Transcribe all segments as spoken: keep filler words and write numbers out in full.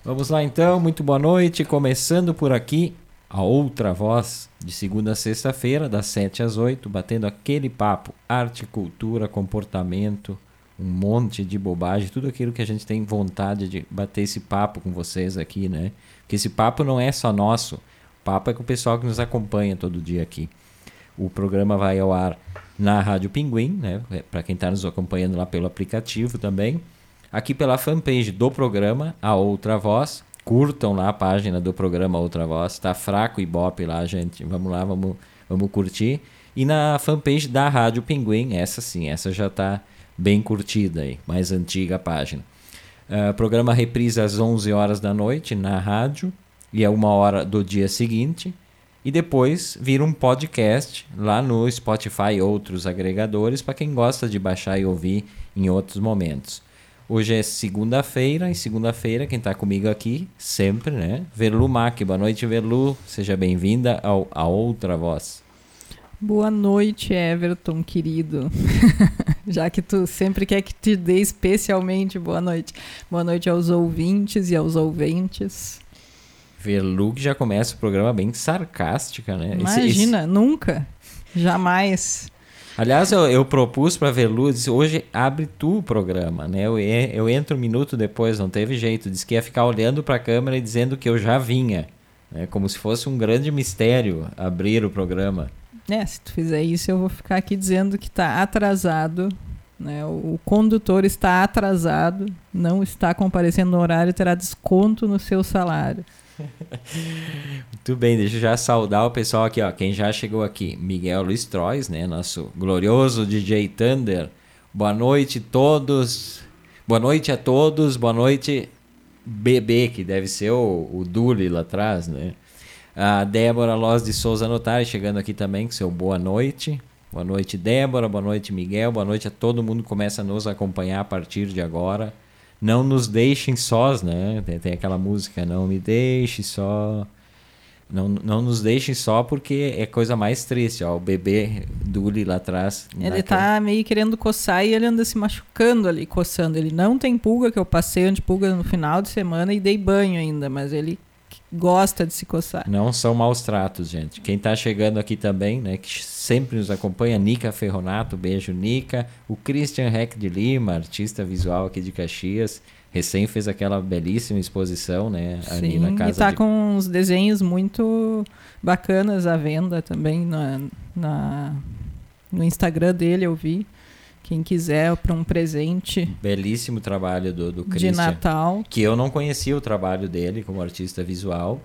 Vamos lá então, muito boa noite. Começando por aqui, a Outra Voz, de segunda a sexta-feira, das sete às oito, batendo aquele papo, arte, cultura, comportamento, um monte de bobagem, tudo aquilo que a gente tem vontade de bater esse papo com vocês aqui, né? Porque esse papo não é só nosso, o papo é com o pessoal que nos acompanha todo dia aqui. O programa vai ao ar na Rádio Pinguim, né? Para quem está nos acompanhando lá pelo aplicativo também. Aqui pela fanpage do programa, A Outra Voz. Curtam lá a página do programa Outra Voz. Tá fraco o Ibope lá, gente. Vamos lá, vamos, vamos curtir. E na fanpage da Rádio Pinguim, essa sim, essa já tá bem curtida aí. Mais antiga a página. Uh, programa reprisa às onze horas da noite na rádio. E é uma hora do dia seguinte. E depois vira um podcast lá no Spotify e outros agregadores para quem gosta de baixar e ouvir em outros momentos. Hoje é segunda-feira, e segunda-feira quem está comigo aqui, sempre, né? Verlu Mac. Boa noite, Verlu. Seja bem-vinda ao A Outra Voz. Boa noite, Everton, querido. Já que tu sempre quer que te dê especialmente boa noite. Boa noite aos ouvintes e aos ouventes. Verlu que já começa o programa bem sarcástica, né? Imagina, esse, esse... nunca, jamais. Aliás, eu, eu propus para Verlu, disse, hoje abre tu o programa, né? Eu, eu entro um minuto depois, não teve jeito. Disse que ia ficar olhando para a câmera e dizendo que eu já vinha, né? Como se fosse um grande mistério abrir o programa. É, se tu fizer isso, eu vou ficar aqui dizendo que está atrasado, né? O, o condutor está atrasado, não está comparecendo no horário e terá desconto no seu salário. Muito bem, deixa eu já saudar o pessoal aqui, ó. Quem já chegou aqui, Miguel Luiz Trois, né? Nosso glorioso D J Thunder. Boa noite todos. Boa noite a todos. Boa noite, Bebê, que deve ser o, o Duli lá atrás, né? A Débora Loz de Souza Notari chegando aqui também com seu boa noite. Boa noite, Débora. Boa noite, Miguel. Boa noite a todo mundo que começa a nos acompanhar a partir de agora. Não nos deixem sós, né? Tem, tem aquela música, não me deixe só. Não, não nos deixem só, porque é coisa mais triste, ó. O bebê Duli lá atrás. Ele tá meio querendo coçar e ele anda se machucando ali, coçando. Ele não tem pulga, que eu passei antipulga no final de semana e dei banho ainda, mas ele gosta de se coçar. Não são maus tratos, gente. Quem tá chegando aqui também, né, que sempre nos acompanha, Nica Ferronato, beijo, Nica. O Christian Heck de Lima, artista visual aqui de Caxias, recém fez aquela belíssima exposição, né, ali Sim, na casa e tá de... com uns desenhos muito bacanas à venda também na, na, no Instagram dele, eu vi. Quem quiser para um presente. Belíssimo trabalho do, do Christian. De Natal. Que eu não conhecia o trabalho dele como artista visual.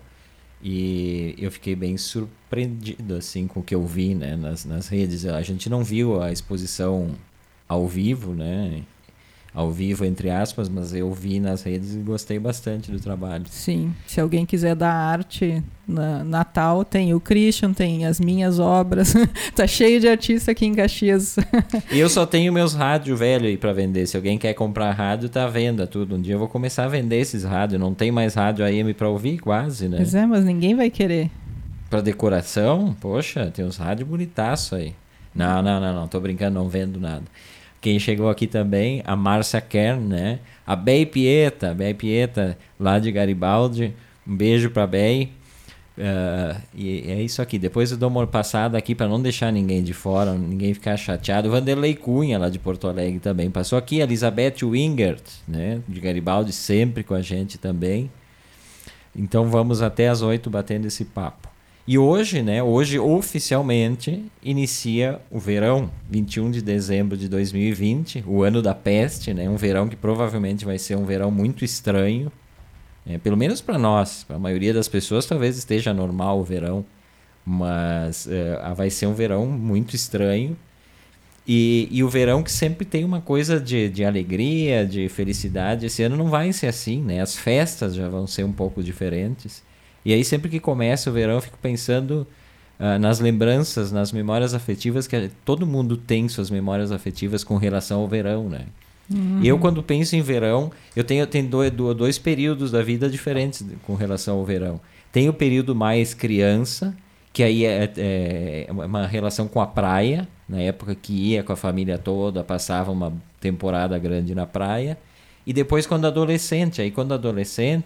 E eu fiquei bem surpreendido assim, com o que eu vi, né, nas, nas redes. A gente não viu a exposição ao vivo, né? Ao vivo, entre aspas, mas eu vi nas redes e gostei bastante do trabalho. Sim, se alguém quiser dar arte na Natal, tem o Christian, tem as minhas obras. Tá cheio de artista aqui em Caxias. E eu só tenho meus rádios velhos aí pra vender. Se alguém quer comprar rádio, tá à venda tudo. Um dia eu vou começar a vender esses rádios. Não tem mais rádio A M pra ouvir, quase, né? Pois é, mas ninguém vai querer. Pra decoração, poxa, tem uns rádios bonitaços aí. Não, não, não, não, tô brincando, não vendo nada. Quem chegou aqui também, a Márcia Kern, né? A Bey Pieta, Bey Pieta, lá de Garibaldi. Um beijo pra Bey. Uh, e é isso aqui. Depois eu dou uma passada aqui para não deixar ninguém de fora, ninguém ficar chateado. Vanderlei Cunha, lá de Porto Alegre também. Passou aqui a Elizabeth Wingert, né? De Garibaldi, sempre com a gente também. Então vamos até às oito batendo esse papo. E hoje, né, hoje oficialmente inicia o verão, vinte e um de dezembro de dois mil e vinte, o ano da peste, né, um verão que provavelmente vai ser um verão muito estranho, né, pelo menos para nós, para a maioria das pessoas talvez esteja normal o verão, mas uh, vai ser um verão muito estranho, e, e o verão que sempre tem uma coisa de, de alegria, de felicidade. Esse ano não vai ser assim, né, as festas já vão ser um pouco diferentes. E aí sempre que começa o verão eu fico pensando uh, nas lembranças, nas memórias afetivas, que todo mundo tem suas memórias afetivas com relação ao verão, né? Uhum. Eu quando penso em verão, eu tenho, tenho dois, dois períodos da vida diferentes com relação ao verão. Tem o período mais criança, que aí é, é uma relação com a praia, na época que ia com a família toda, passava uma temporada grande na praia. E depois quando adolescente, aí quando adolescente...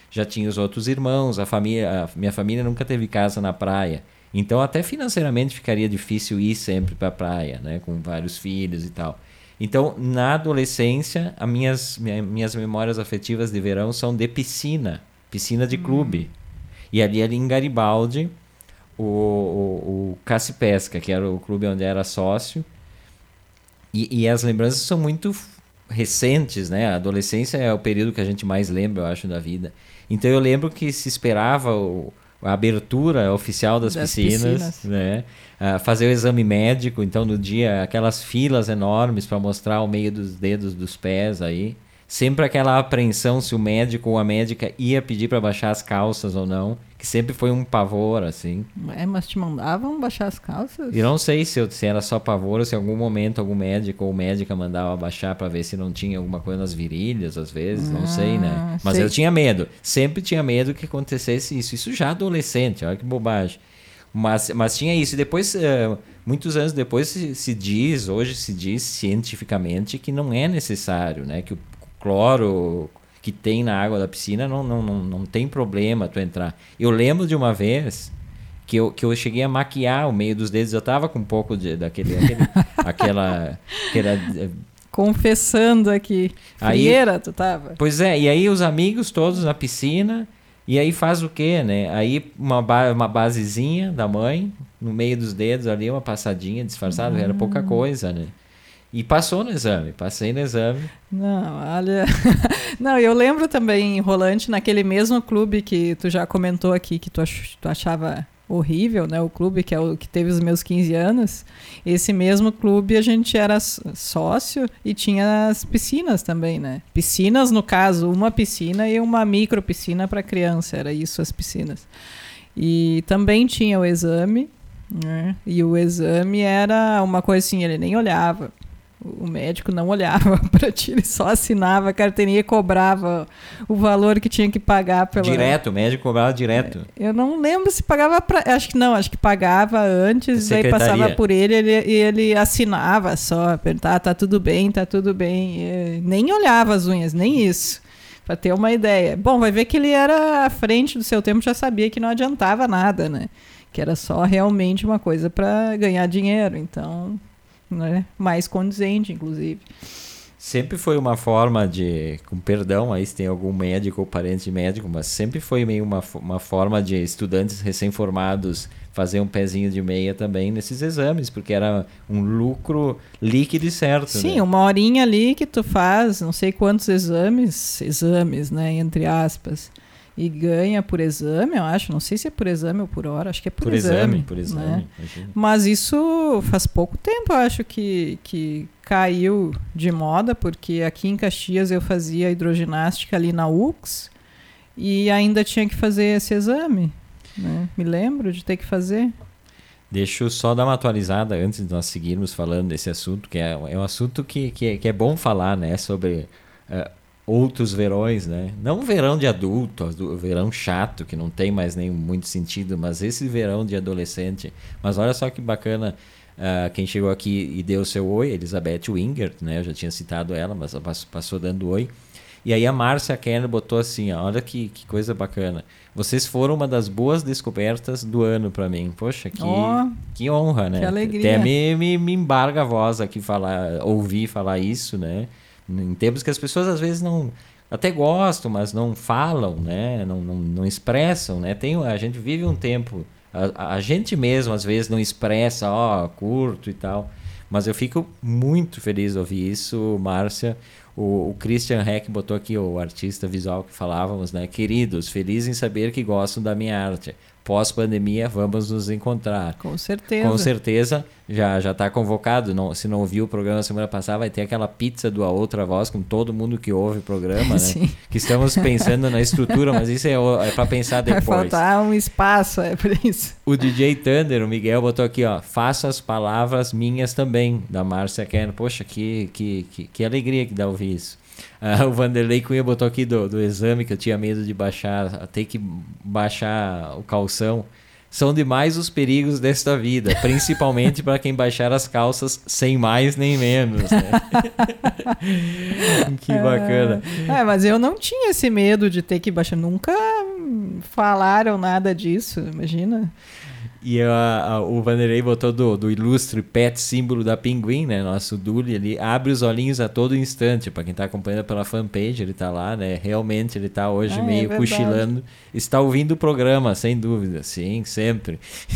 já tinha os outros irmãos, a família, a minha família nunca teve casa na praia. Então até financeiramente ficaria difícil ir sempre para a praia, né? Com vários filhos e tal. Então, na adolescência, as minhas, minhas memórias afetivas de verão são de piscina, piscina de clube. Hum. E ali, ali em Garibaldi, o, o, o Caça e Pesca, que era o clube onde era sócio. E, e as lembranças são muito recentes, né? A adolescência é o período que a gente mais lembra, eu acho, da vida. Então, eu lembro que se esperava o, a abertura oficial das, das piscinas, piscinas. Né? Uh, fazer o exame médico, então no dia aquelas filas enormes para mostrar o meio dos dedos dos pés aí, sempre aquela apreensão se o médico ou a médica ia pedir para baixar as calças ou não, que sempre foi um pavor assim. É, mas te mandavam baixar as calças? E não sei se, eu, se era só pavor ou se em algum momento algum médico ou médica mandava baixar para ver se não tinha alguma coisa nas virilhas, às vezes, ah, não sei, né? Mas sei. Eu tinha medo, sempre tinha medo que acontecesse isso, isso já adolescente, olha que bobagem. Mas, mas tinha isso. E depois, uh, muitos anos depois, se, se diz, hoje se diz cientificamente que não é necessário, né? Que o cloro que tem na água da piscina não, não, não, não tem problema tu entrar. Eu lembro de uma vez que eu, que eu cheguei a maquiar o meio dos dedos. Eu tava com um pouco de, daquele... Aquele, aquela... aquela confessando aqui. Frieira, aí, tu tava? Pois é. E aí os amigos todos na piscina... E aí faz o quê, né? Aí uma, ba- uma basezinha da mãe, no meio dos dedos ali, uma passadinha disfarçada, hum. Era pouca coisa, né? E passou no exame, passei no exame. Não, olha... Não, eu lembro também, em Rolante, naquele mesmo clube que tu já comentou aqui, que tu, ach- tu achava horrível, né? O clube que é o que teve os meus quinze anos. Esse mesmo clube a gente era sócio e tinha as piscinas também, né? Piscinas, no caso, uma piscina e uma micro piscina para criança, era isso as piscinas. E também tinha o exame, né? E o exame era uma coisa assim, ele nem olhava. O médico não olhava para ti, ele só assinava a carteirinha e cobrava o valor que tinha que pagar pela... Direto, o médico cobrava direto. Eu não lembro se pagava... Pra... Acho que não, acho que pagava antes, daí passava por ele e ele, ele assinava só, apertar, tá tudo bem, tá tudo bem. E nem olhava as unhas, nem isso, para ter uma ideia. Bom, vai ver que ele era à frente do seu tempo, já sabia que não adiantava nada, né? Que era só realmente uma coisa para ganhar dinheiro, então... Né? Mais condizente, inclusive. Sempre foi uma forma de, com perdão aí se tem algum médico ou parente de médico, mas sempre foi meio uma, uma forma de estudantes recém-formados fazer um pezinho de meia também nesses exames, porque era um lucro líquido e certo. Sim, né? Uma horinha ali que tu faz não sei quantos exames, exames, né, entre aspas, e ganha por exame, eu acho. Não sei se é por exame ou por hora. Acho que é por, por exame. exame. Por exame, né? Mas isso faz pouco tempo, eu acho que, que caiu de moda, porque aqui em Caxias eu fazia hidroginástica ali na U C S e ainda tinha que fazer esse exame. Né? Me lembro de ter que fazer. Deixa eu só dar uma atualizada antes de nós seguirmos falando desse assunto, que é, é um assunto que, que, é, que é bom falar, né? Sobre... Uh, outros verões, né? Não o verão de adulto, o verão chato, que não tem mais nem muito sentido, mas esse verão de adolescente. Mas olha só que bacana, uh, quem chegou aqui e deu seu oi, Elizabeth Wingert, né? Eu já tinha citado ela, mas ela passou dando oi. E aí a Márcia Kerner botou assim, ó, olha que, que coisa bacana. Vocês foram uma das boas descobertas do ano para mim. Poxa, que, oh, que honra, né? Que alegria. Até me, me, me embarga a voz aqui falar, ouvir falar isso, né? Em tempos que as pessoas às vezes não até gostam, mas não falam, né? Não, não, não expressam, né? Tem, a gente vive um tempo, a, a gente mesmo às vezes não expressa, ó, curto e tal, mas eu fico muito feliz de ouvir isso, Márcia. O, o Christian Heck botou aqui, o artista visual que falávamos, né? Queridos, feliz em saber que gostam da minha arte. Pós-pandemia, vamos nos encontrar. Com certeza. Com certeza, já já está convocado. Não, se não ouviu o programa semana passada, vai ter aquela pizza do A Outra Voz com todo mundo que ouve o programa, né? Sim. Que estamos pensando na estrutura, mas isso é, é para pensar depois. Vai faltar um espaço, é por isso. O D J Thunder, o Miguel, botou aqui, ó, faça as palavras minhas também, da Márcia Kerner. Poxa, que, que, que, que alegria que dá ouvir isso. Uh, o Vanderlei Cunha botou aqui do, do exame que eu tinha medo de baixar, ter que baixar o calção. são demais os perigos desta vida, principalmente para quem baixar as calças sem mais nem menos, né? Que bacana. É, mas eu não tinha esse medo de ter que baixar. Nunca falaram nada disso, imagina. E a, a, o Vanderlei botou do, do ilustre pet símbolo da Pinguim, né? Nosso Dully ali, abre os olhinhos a todo instante. Para quem tá acompanhando pela fanpage, ele tá lá, né? Realmente ele tá hoje ah, meio é cochilando. Está ouvindo o programa, sem dúvida. Sim, sempre.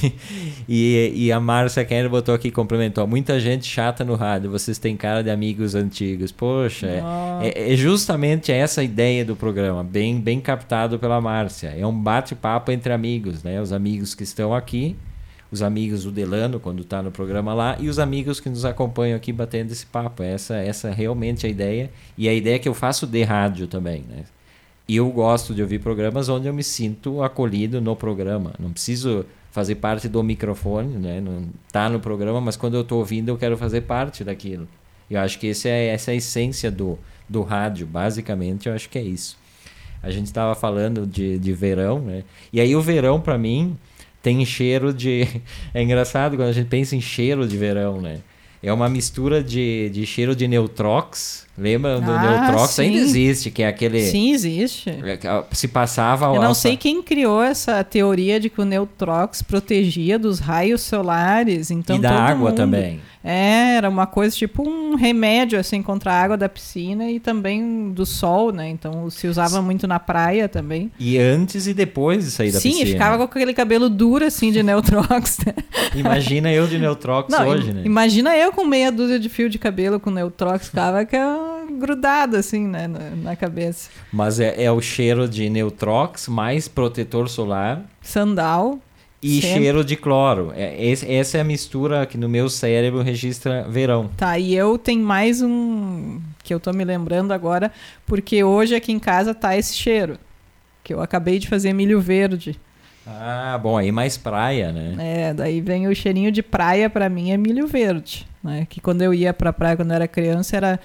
e, e a Márcia Kenner botou aqui, complementou. Muita gente chata no rádio, vocês têm cara de amigos antigos. Poxa, é, é, é justamente essa a ideia do programa. Bem, bem captado pela Márcia. É um bate-papo entre amigos, né? Os amigos que estão aqui, os amigos do Delano, quando está no programa lá, e os amigos que nos acompanham aqui batendo esse papo. Essa, essa realmente é a ideia, e a ideia que eu faço de rádio também, né? E eu gosto de ouvir programas onde eu me sinto acolhido no programa. Não preciso fazer parte do microfone, né? Não tá no programa, mas quando eu estou ouvindo eu quero fazer parte daquilo. Eu acho que esse é, essa é a essência do, do rádio, basicamente, eu acho que é isso. A gente estava falando de, de verão, né? E aí o verão, para mim, tem cheiro de... É engraçado quando a gente pensa em cheiro de verão, né? É uma mistura de, de cheiro de Neutrox. Lembra do ah, Neutrox? Sim. Ainda existe, que é aquele... Sim, existe. Se passava... Eu não alfa... sei quem criou essa teoria de que o Neutrox protegia dos raios solares. Então e da todo água mundo... também. É, era uma coisa tipo um remédio assim contra a água da piscina e também do sol, né? Então se usava muito na praia também. E antes e depois de sair da Sim, piscina. Sim, ficava com aquele cabelo duro assim de Neutrox. Né? Imagina eu de Neutrox Não, hoje, né? Imagina eu com meia dúzia de fio de cabelo com Neutrox, ficava que é grudado assim, né, na, na cabeça. Mas é, é o cheiro de Neutrox mais protetor solar. Sandal. E sempre. Cheiro de cloro. É, esse, essa é a mistura que no meu cérebro registra verão. Tá, e eu tenho mais um que eu tô me lembrando agora, porque hoje aqui em casa tá esse cheiro, que eu acabei de fazer milho verde. Ah, bom, aí mais praia, né? É, daí vem o cheirinho de praia, pra mim é milho verde, né? Que quando eu ia pra praia quando eu era criança, era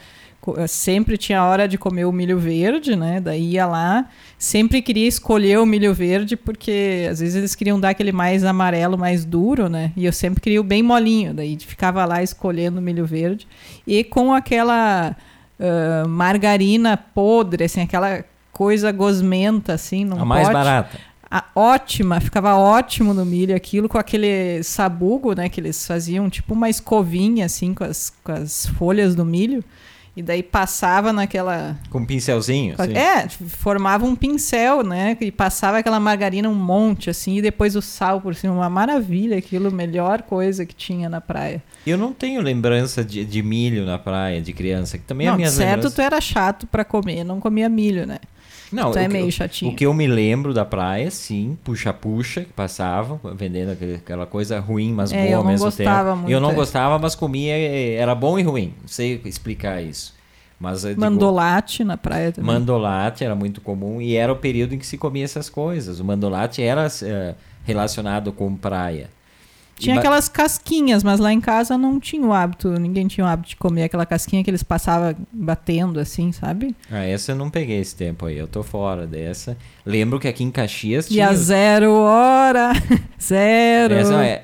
sempre tinha hora de comer o milho verde, né? Daí ia lá, sempre queria escolher o milho verde, porque às vezes eles queriam dar aquele mais amarelo, mais duro, né? E eu sempre queria o bem molinho, daí ficava lá escolhendo o milho verde. E com aquela uh, margarina podre, assim, aquela coisa gosmenta, assim, num A mais pote. barata. A, ótima, ficava ótimo no milho aquilo, com aquele sabugo, né? Que eles faziam, tipo uma escovinha, assim, com as, com as folhas do milho. E daí passava naquela... Com um pincelzinho? Com... Assim. É, formava um pincel, né? E passava aquela margarina um monte, assim, e depois o sal por cima. Uma maravilha aquilo, melhor coisa que tinha na praia. Eu não tenho lembrança de, de milho na praia, de criança. Que também não, é a minha certo, lembrança... tu era chato pra comer, não comia milho, né? Não, tu é o, meio que, chatinho. O que eu me lembro da praia, sim, puxa-puxa, que passavam, vendendo aquela coisa ruim, mas é, boa ao mesmo tempo. Eu não gostava muito. Eu não gostava, mas comia, era bom e ruim. Não sei explicar isso. Mas, digo, mandolate na praia também. Mandolate era muito comum e era o período em que se comia essas coisas. O mandolate era uh, relacionado com praia. Tinha e aquelas casquinhas, mas lá em casa não tinha o hábito, ninguém tinha o hábito de comer aquela casquinha que eles passavam batendo assim, sabe? Ah, essa eu não peguei esse tempo aí, eu tô fora dessa. Lembro que aqui em Caxias tinha... E a zero hora, zero... Essa é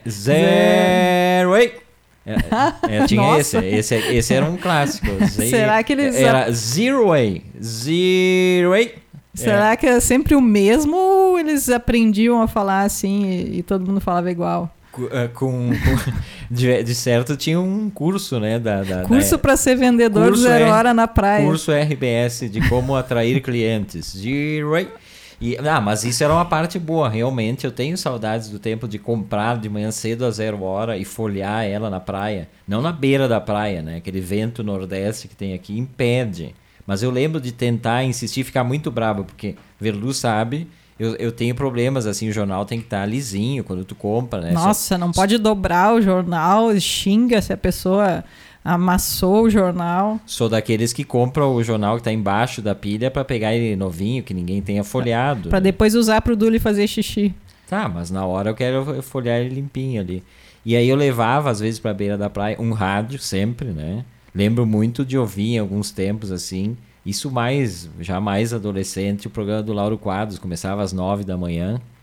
zero... Ei! É, é, tinha esse, esse, esse era um clássico. Será que eles... Era Zero Way, Zero Way. Será é. que é sempre o mesmo ou eles aprendiam a falar assim e, e todo mundo falava igual? Com, com, de, de certo tinha um curso, né? Da, da, curso para ser vendedor curso zero R, hora na praia. Curso R B S de como atrair clientes. Zero Way. E, ah, mas isso era uma parte boa, realmente. Eu tenho saudades do tempo de comprar de manhã cedo a zero hora e folhear ela na praia. Não na beira da praia, né? Aquele vento nordeste que tem aqui impede. Mas eu lembro de tentar insistir, ficar muito bravo, porque Verlu sabe, eu, eu tenho problemas, assim, o jornal tem que estar lisinho quando tu compra, né? Nossa, não pode dobrar o jornal, xinga se a pessoa... amassou o jornal. Sou daqueles que compram o jornal que está embaixo da pilha para pegar ele novinho, que ninguém tenha folheado. Para depois usar para o Dully fazer xixi. Tá, mas na hora eu quero folhear ele limpinho ali. E aí eu levava, às vezes, para a beira da praia, um rádio sempre, né? Lembro muito de ouvir em alguns tempos, assim. Isso mais, já mais adolescente, o programa do Lauro Quadros. Começava às nove da manhã.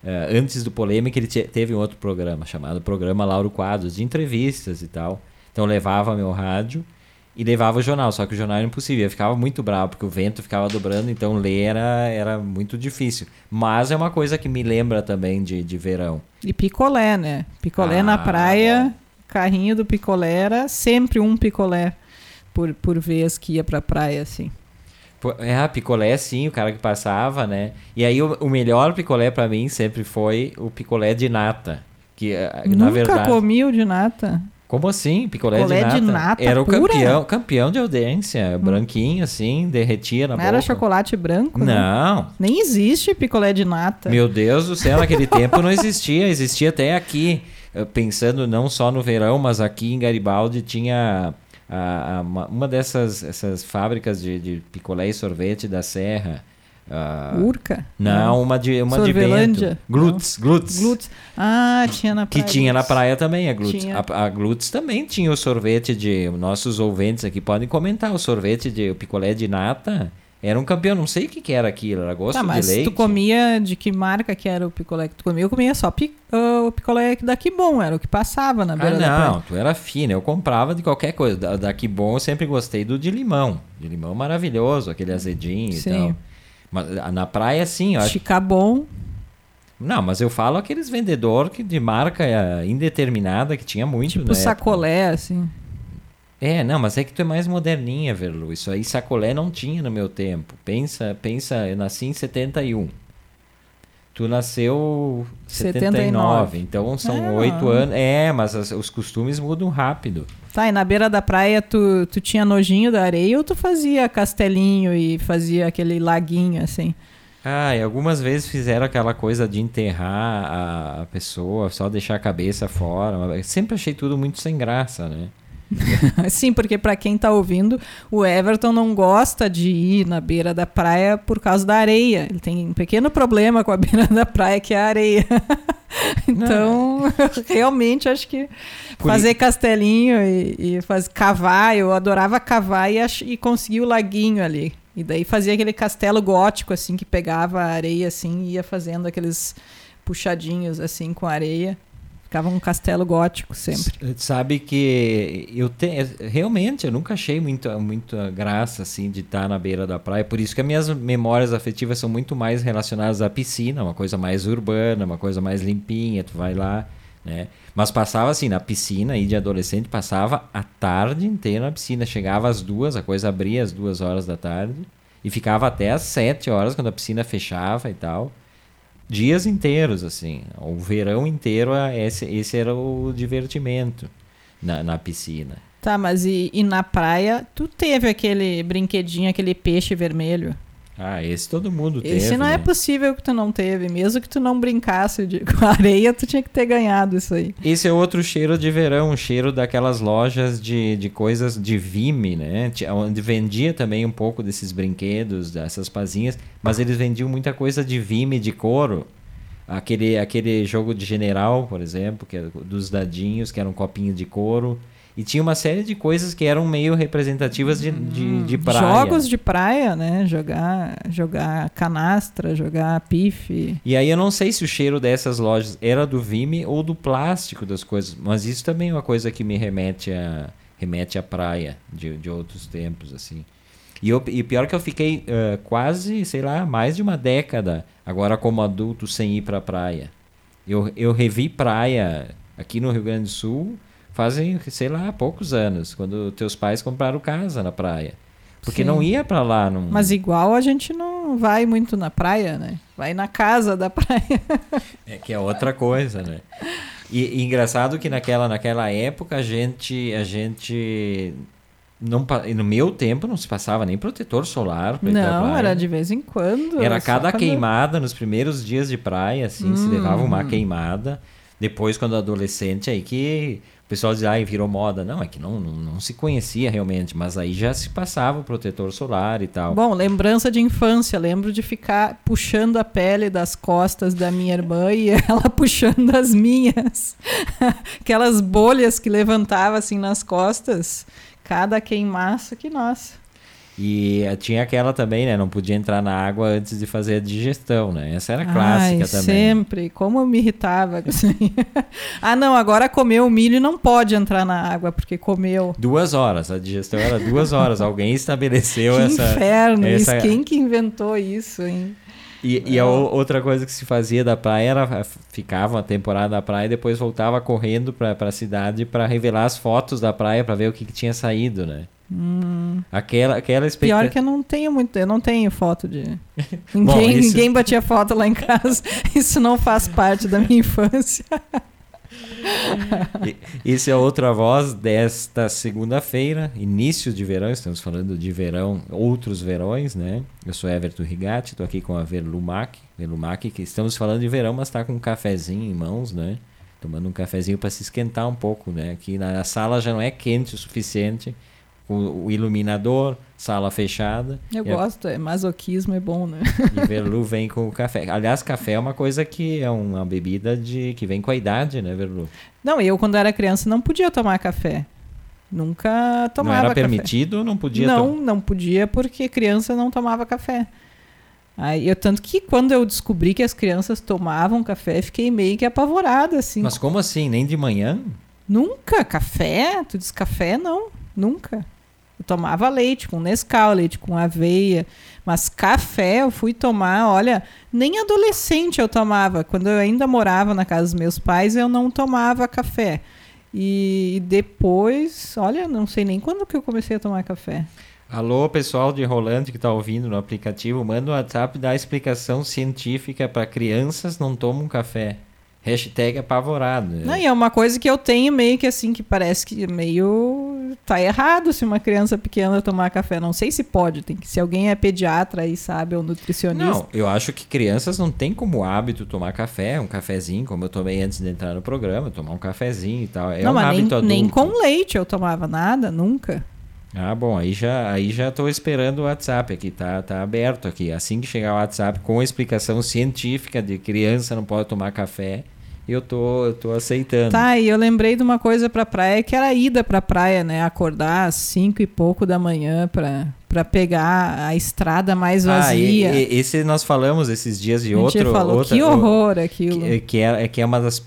Uh, antes do Polêmica, ele te, teve um outro programa, chamado Programa Lauro Quadros, de entrevistas e tal. Então eu levava meu rádio e levava o jornal, só que o jornal era impossível. Eu ficava muito bravo, porque o vento ficava dobrando, então ler era, era muito difícil. Mas é uma coisa que me lembra também de, de verão. E picolé, né? Picolé Ah, na praia, bom. Carrinho do picolé era sempre um picolé por, por vez que ia pra praia, assim. É, a picolé sim, o cara que passava, né? E aí o, o melhor picolé pra mim sempre foi o picolé de nata. Que, Nunca na verdade, comi o de nata. como assim? Picolé, Picolé de, nata? de nata Era o pura? campeão, campeão de audiência, hum. branquinho assim, derretia na Não boca. era chocolate branco? Não. Né? Nem existe picolé de nata. Meu Deus do céu, naquele tempo não existia, existia até aqui. Pensando não só no verão, mas aqui em Garibaldi tinha a, a, uma, uma dessas essas fábricas de, de picolé e sorvete da Serra. Uh, Urca? Não, não, uma de uma de Bento. Glutz, Glutz. Glutz. Ah, tinha na praia. Que tinha na praia também a Glutz. Tinha. A, a Glutz também tinha o sorvete de... Nossos ouvintes aqui podem comentar. O sorvete de o picolé de nata era um campeão. Não sei o que, que era aquilo. Era gosto tá, mas de leite. Tu comia de que marca que era o picolé que tu comia? Eu comia só pi, uh, o picolé da Que Bom. Era o que passava na beira ah, da praia. Não, tu era fina. Eu comprava de qualquer coisa. Da, da Que Bom eu sempre gostei do de limão. De limão maravilhoso. Aquele azedinho Sim. e tal. Mas na praia, sim, ó. Chicabon. Não, mas eu falo aqueles vendedores que de marca indeterminada que tinha muito, tipo né? sacolé, assim. É, não, mas é que tu é mais moderninha, Verlu. Isso aí, sacolé não tinha no meu tempo. Pensa, pensa, eu nasci em setenta e um. Tu nasceu em setenta e nove, então são oito É, anos. É, mas as, os costumes mudam rápido. Tá, e na beira da praia tu, tu tinha nojinho da areia ou tu fazia castelinho e fazia aquele laguinho, assim? Ah, e algumas vezes fizeram aquela coisa de enterrar a, a pessoa, só deixar a cabeça fora. Eu sempre achei tudo muito sem graça, né? Sim, porque pra quem tá ouvindo, o Everton não gosta de ir na beira da praia por causa da areia. Ele tem um pequeno problema com a beira da praia, que é a areia. Então, realmente acho que por fazer i... castelinho e, e faz, cavar, eu adorava cavar e, ach, e conseguir o laguinho ali. E daí fazia aquele castelo gótico, assim, que pegava a areia, assim, e ia fazendo aqueles puxadinhos, assim, com a areia. Ficava um castelo gótico sempre. Sabe que eu te, realmente eu nunca achei muita, muita graça assim de estar na beira da praia. Por isso que as minhas memórias afetivas são muito mais relacionadas à piscina, uma coisa mais urbana, uma coisa mais limpinha. Tu vai lá, né? Mas passava assim na piscina aí de adolescente, passava a tarde inteira na piscina. Chegava às duas, a coisa abria às duas horas da tarde e ficava até às sete horas quando a piscina fechava e tal. Dias inteiros, assim. O verão inteiro, esse, esse era o divertimento na, na piscina. Tá, mas e, e na praia, tu teve aquele brinquedinho, aquele peixe vermelho? Ah, esse todo mundo teve, Esse não né? é possível que tu não teve. Mesmo que tu não brincasse de, com areia, tu tinha que ter ganhado isso aí. Esse é outro cheiro de verão, um cheiro daquelas lojas de, de coisas de Vime, né? Onde vendia também um pouco desses brinquedos, dessas pazinhas, mas eles vendiam muita coisa de Vime, de couro. Aquele, aquele jogo de general, por exemplo, que é dos dadinhos, que era um copinho de couro. E tinha uma série de coisas que eram meio representativas de, de, de praia. Jogos de praia, né? Jogar, jogar canastra, jogar pife. E aí eu não sei se o cheiro dessas lojas era do Vime ou do plástico das coisas. Mas isso também é uma coisa que me remete a, remete à praia de, de outros tempos, assim. E, eu, e pior que eu fiquei uh, quase, sei lá, mais de uma década agora como adulto sem ir pra praia. Eu, eu revi praia aqui no Rio Grande do Sul... Fazem, sei lá, poucos anos, quando teus pais compraram casa na praia. Porque Sim. não ia pra lá. Num... Mas igual a gente não vai muito na praia, né? Vai na casa da praia. É que é outra coisa, né? E, e engraçado que naquela, naquela época a gente... A gente não, no meu tempo não se passava nem protetor solar pra ir pra Não, praia. era de vez em quando. Era cada quando... queimada, nos primeiros dias de praia, assim, hum. se levava uma queimada. Depois, quando adolescente, aí que... O pessoal diz, ah, virou moda. Não, é que não, não, não se conhecia realmente, mas aí já se passava o protetor solar e tal. Bom, lembrança de infância. Lembro de ficar puxando a pele das costas da minha irmã e ela puxando as minhas. Aquelas bolhas que levantava assim nas costas. Cada queimaço que, nossa. E tinha aquela também, né? Não podia entrar na água antes de fazer a digestão, né? Essa era clássica Ai, também. sempre. Como eu me irritava. Assim. Ah, não, agora comeu milho não pode entrar na água, porque comeu. Duas horas, a digestão era duas horas. Alguém estabeleceu que essa... inferno, essa... isso. Quem que inventou isso, hein? E, e a outra coisa que se fazia da praia era ficava uma temporada na praia e depois voltava correndo para a cidade para revelar as fotos da praia para ver o que, que tinha saído, né? Hum. Aquela, aquela expectativa. Pior que eu não tenho muito, eu não tenho foto de. Ninguém, Bom, isso... ninguém batia foto lá em casa. Isso não faz parte da minha infância. Esse é outra voz desta segunda-feira, início de verão, estamos falando de verão, outros verões, né? Eu sou Everton Rigatti, estou aqui com a Verlumac, Verlumac, que estamos falando de verão, mas está com um cafezinho em mãos, né? Tomando um cafezinho para se esquentar um pouco, né? Aqui na sala já não é quente o suficiente, o, o iluminador, sala fechada. Eu gosto, é masoquismo, é bom, né? E Verlu vem com o café. Aliás, café é uma coisa que é uma bebida de, que vem com a idade, né, Verlu? Não, eu quando era criança não podia tomar café. Nunca tomava café. Não era permitido ou não podia tomar? Não, não podia porque criança não tomava café. Aí, eu, tanto que quando eu descobri que as crianças tomavam café, fiquei meio que apavorada, assim. Mas como assim? Nem de manhã? Nunca. Café? Tu diz café? Não. Nunca. Eu tomava leite com Nescau, leite com aveia, mas café eu fui tomar, olha, nem adolescente eu tomava. Quando eu ainda morava na casa dos meus pais, eu não tomava café. E depois, olha, não sei nem quando que eu comecei a tomar café. Alô, pessoal de Rolante que está ouvindo no aplicativo, manda um WhatsApp e dá explicação científica para crianças não tomam café. Hashtag apavorado. Não, e é uma coisa que eu tenho meio que assim, que parece que meio tá errado se uma criança pequena tomar café. Não sei se pode, tem que, se alguém é pediatra e sabe, ou nutricionista. Não, eu acho que crianças não têm como hábito tomar café, um cafezinho, como eu tomei antes de entrar no programa, tomar um cafezinho e tal. É não, um mas hábito nem, adulto. nem com leite eu tomava nada, nunca. Ah, bom, aí já, aí já tô esperando o WhatsApp aqui, tá, tá aberto aqui. Assim que chegar o WhatsApp com a explicação científica de criança não pode tomar café, eu tô, eu tô aceitando. Tá, e eu lembrei de uma coisa pra praia, que era a ida pra praia, né? Acordar às cinco e pouco da manhã pra, pra pegar a estrada mais vazia. Ah, e, e, esse nós falamos esses dias de a gente outro... falou, outra, que horror aquilo. Que, que, é, que é uma das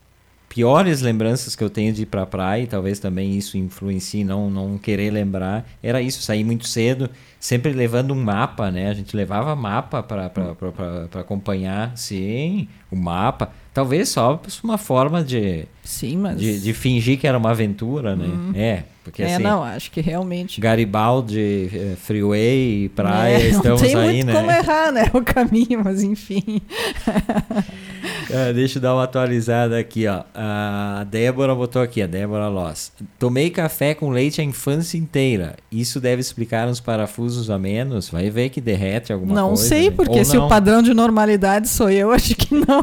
piores lembranças que eu tenho de ir pra praia, e talvez também isso influencie não, não querer lembrar, era isso, sair muito cedo, sempre levando um mapa, né? A gente levava mapa para acompanhar, sim, o mapa. Talvez só uma forma de, sim, mas... de, de fingir que era uma aventura, né? Hum. É, porque é, assim... não, acho que realmente... Garibaldi, freeway, praia, é, estamos aí, né? Não tem muito como errar, né? O caminho, mas enfim... Uh, deixa eu dar uma atualizada aqui, ó. A Débora botou aqui, a Débora Loss. Tomei café com leite a infância inteira. Isso deve explicar uns parafusos a menos? Vai ver que derrete alguma não coisa. Não sei, né? porque Ou se não. o padrão de normalidade sou eu, acho que não.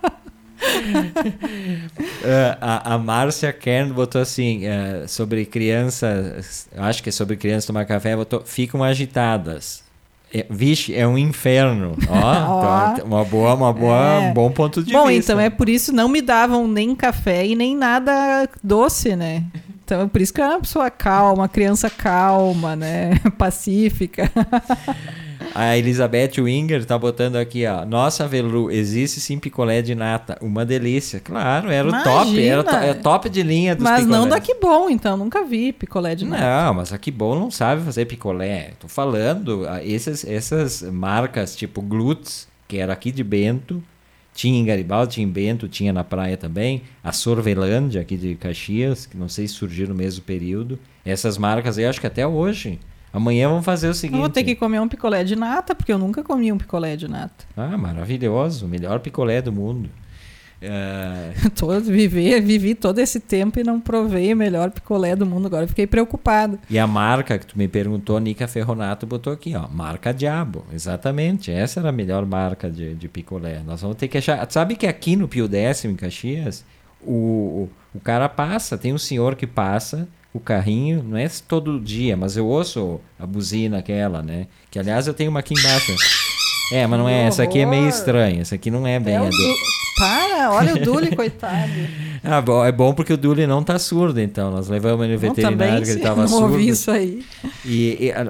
uh, a, a Márcia Kern botou assim, uh, sobre crianças, acho que é sobre crianças tomar café, botou, ficam agitadas. É, vixe, é um inferno. Ó, então, uma boa, uma boa, é. um bom ponto de bom, vista. Bom, então é por isso não me davam nem café e nem nada doce, né? Então é por isso que eu era uma pessoa calma, uma criança calma, né? Pacífica. A Elizabeth Winger tá botando aqui, ó. Nossa, Velu, existe sim picolé de nata. Uma delícia. Claro, era Imagina. o top. Era to, é top de linha dos mas picolés. Não da Que Bom, então. Nunca vi picolé de nata. Não, mas a Que Bom não sabe fazer picolé. Tô falando, esses, essas marcas tipo Glutz, que era aqui de Bento, tinha em Garibaldi, tinha em Bento, tinha na praia também. A Sorvelândia, aqui de Caxias, que não sei se surgiu no mesmo período. Essas marcas aí, acho que até hoje... Amanhã vamos fazer o seguinte... Eu vou ter que comer um picolé de nata, porque eu nunca comi um picolé de nata. Ah, maravilhoso. O melhor picolé do mundo. Uh... Todo, vivi, vivi todo esse tempo e não provei o melhor picolé do mundo. Agora eu fiquei preocupado. E a marca que tu me perguntou, Nica Ferronato, botou aqui, ó. Marca Diabo. Exatamente. Essa era a melhor marca de, de picolé. Nós vamos ter que achar... Sabe que aqui no Pio Décimo, em Caxias, o, o, o cara passa, tem um senhor que passa... O carrinho, não é todo dia, mas eu ouço a buzina aquela, né? Que, aliás, eu tenho uma aqui embaixo. É, mas não é, essa aqui é meio estranha. Essa aqui não é bem... É a do... do... Para, olha o Duli, coitado. Ah, bom, é bom porque o Duli não tá surdo, então. Nós levamos ele no veterinário, que ele tava não surdo. ouvi isso aí. E, e a, a,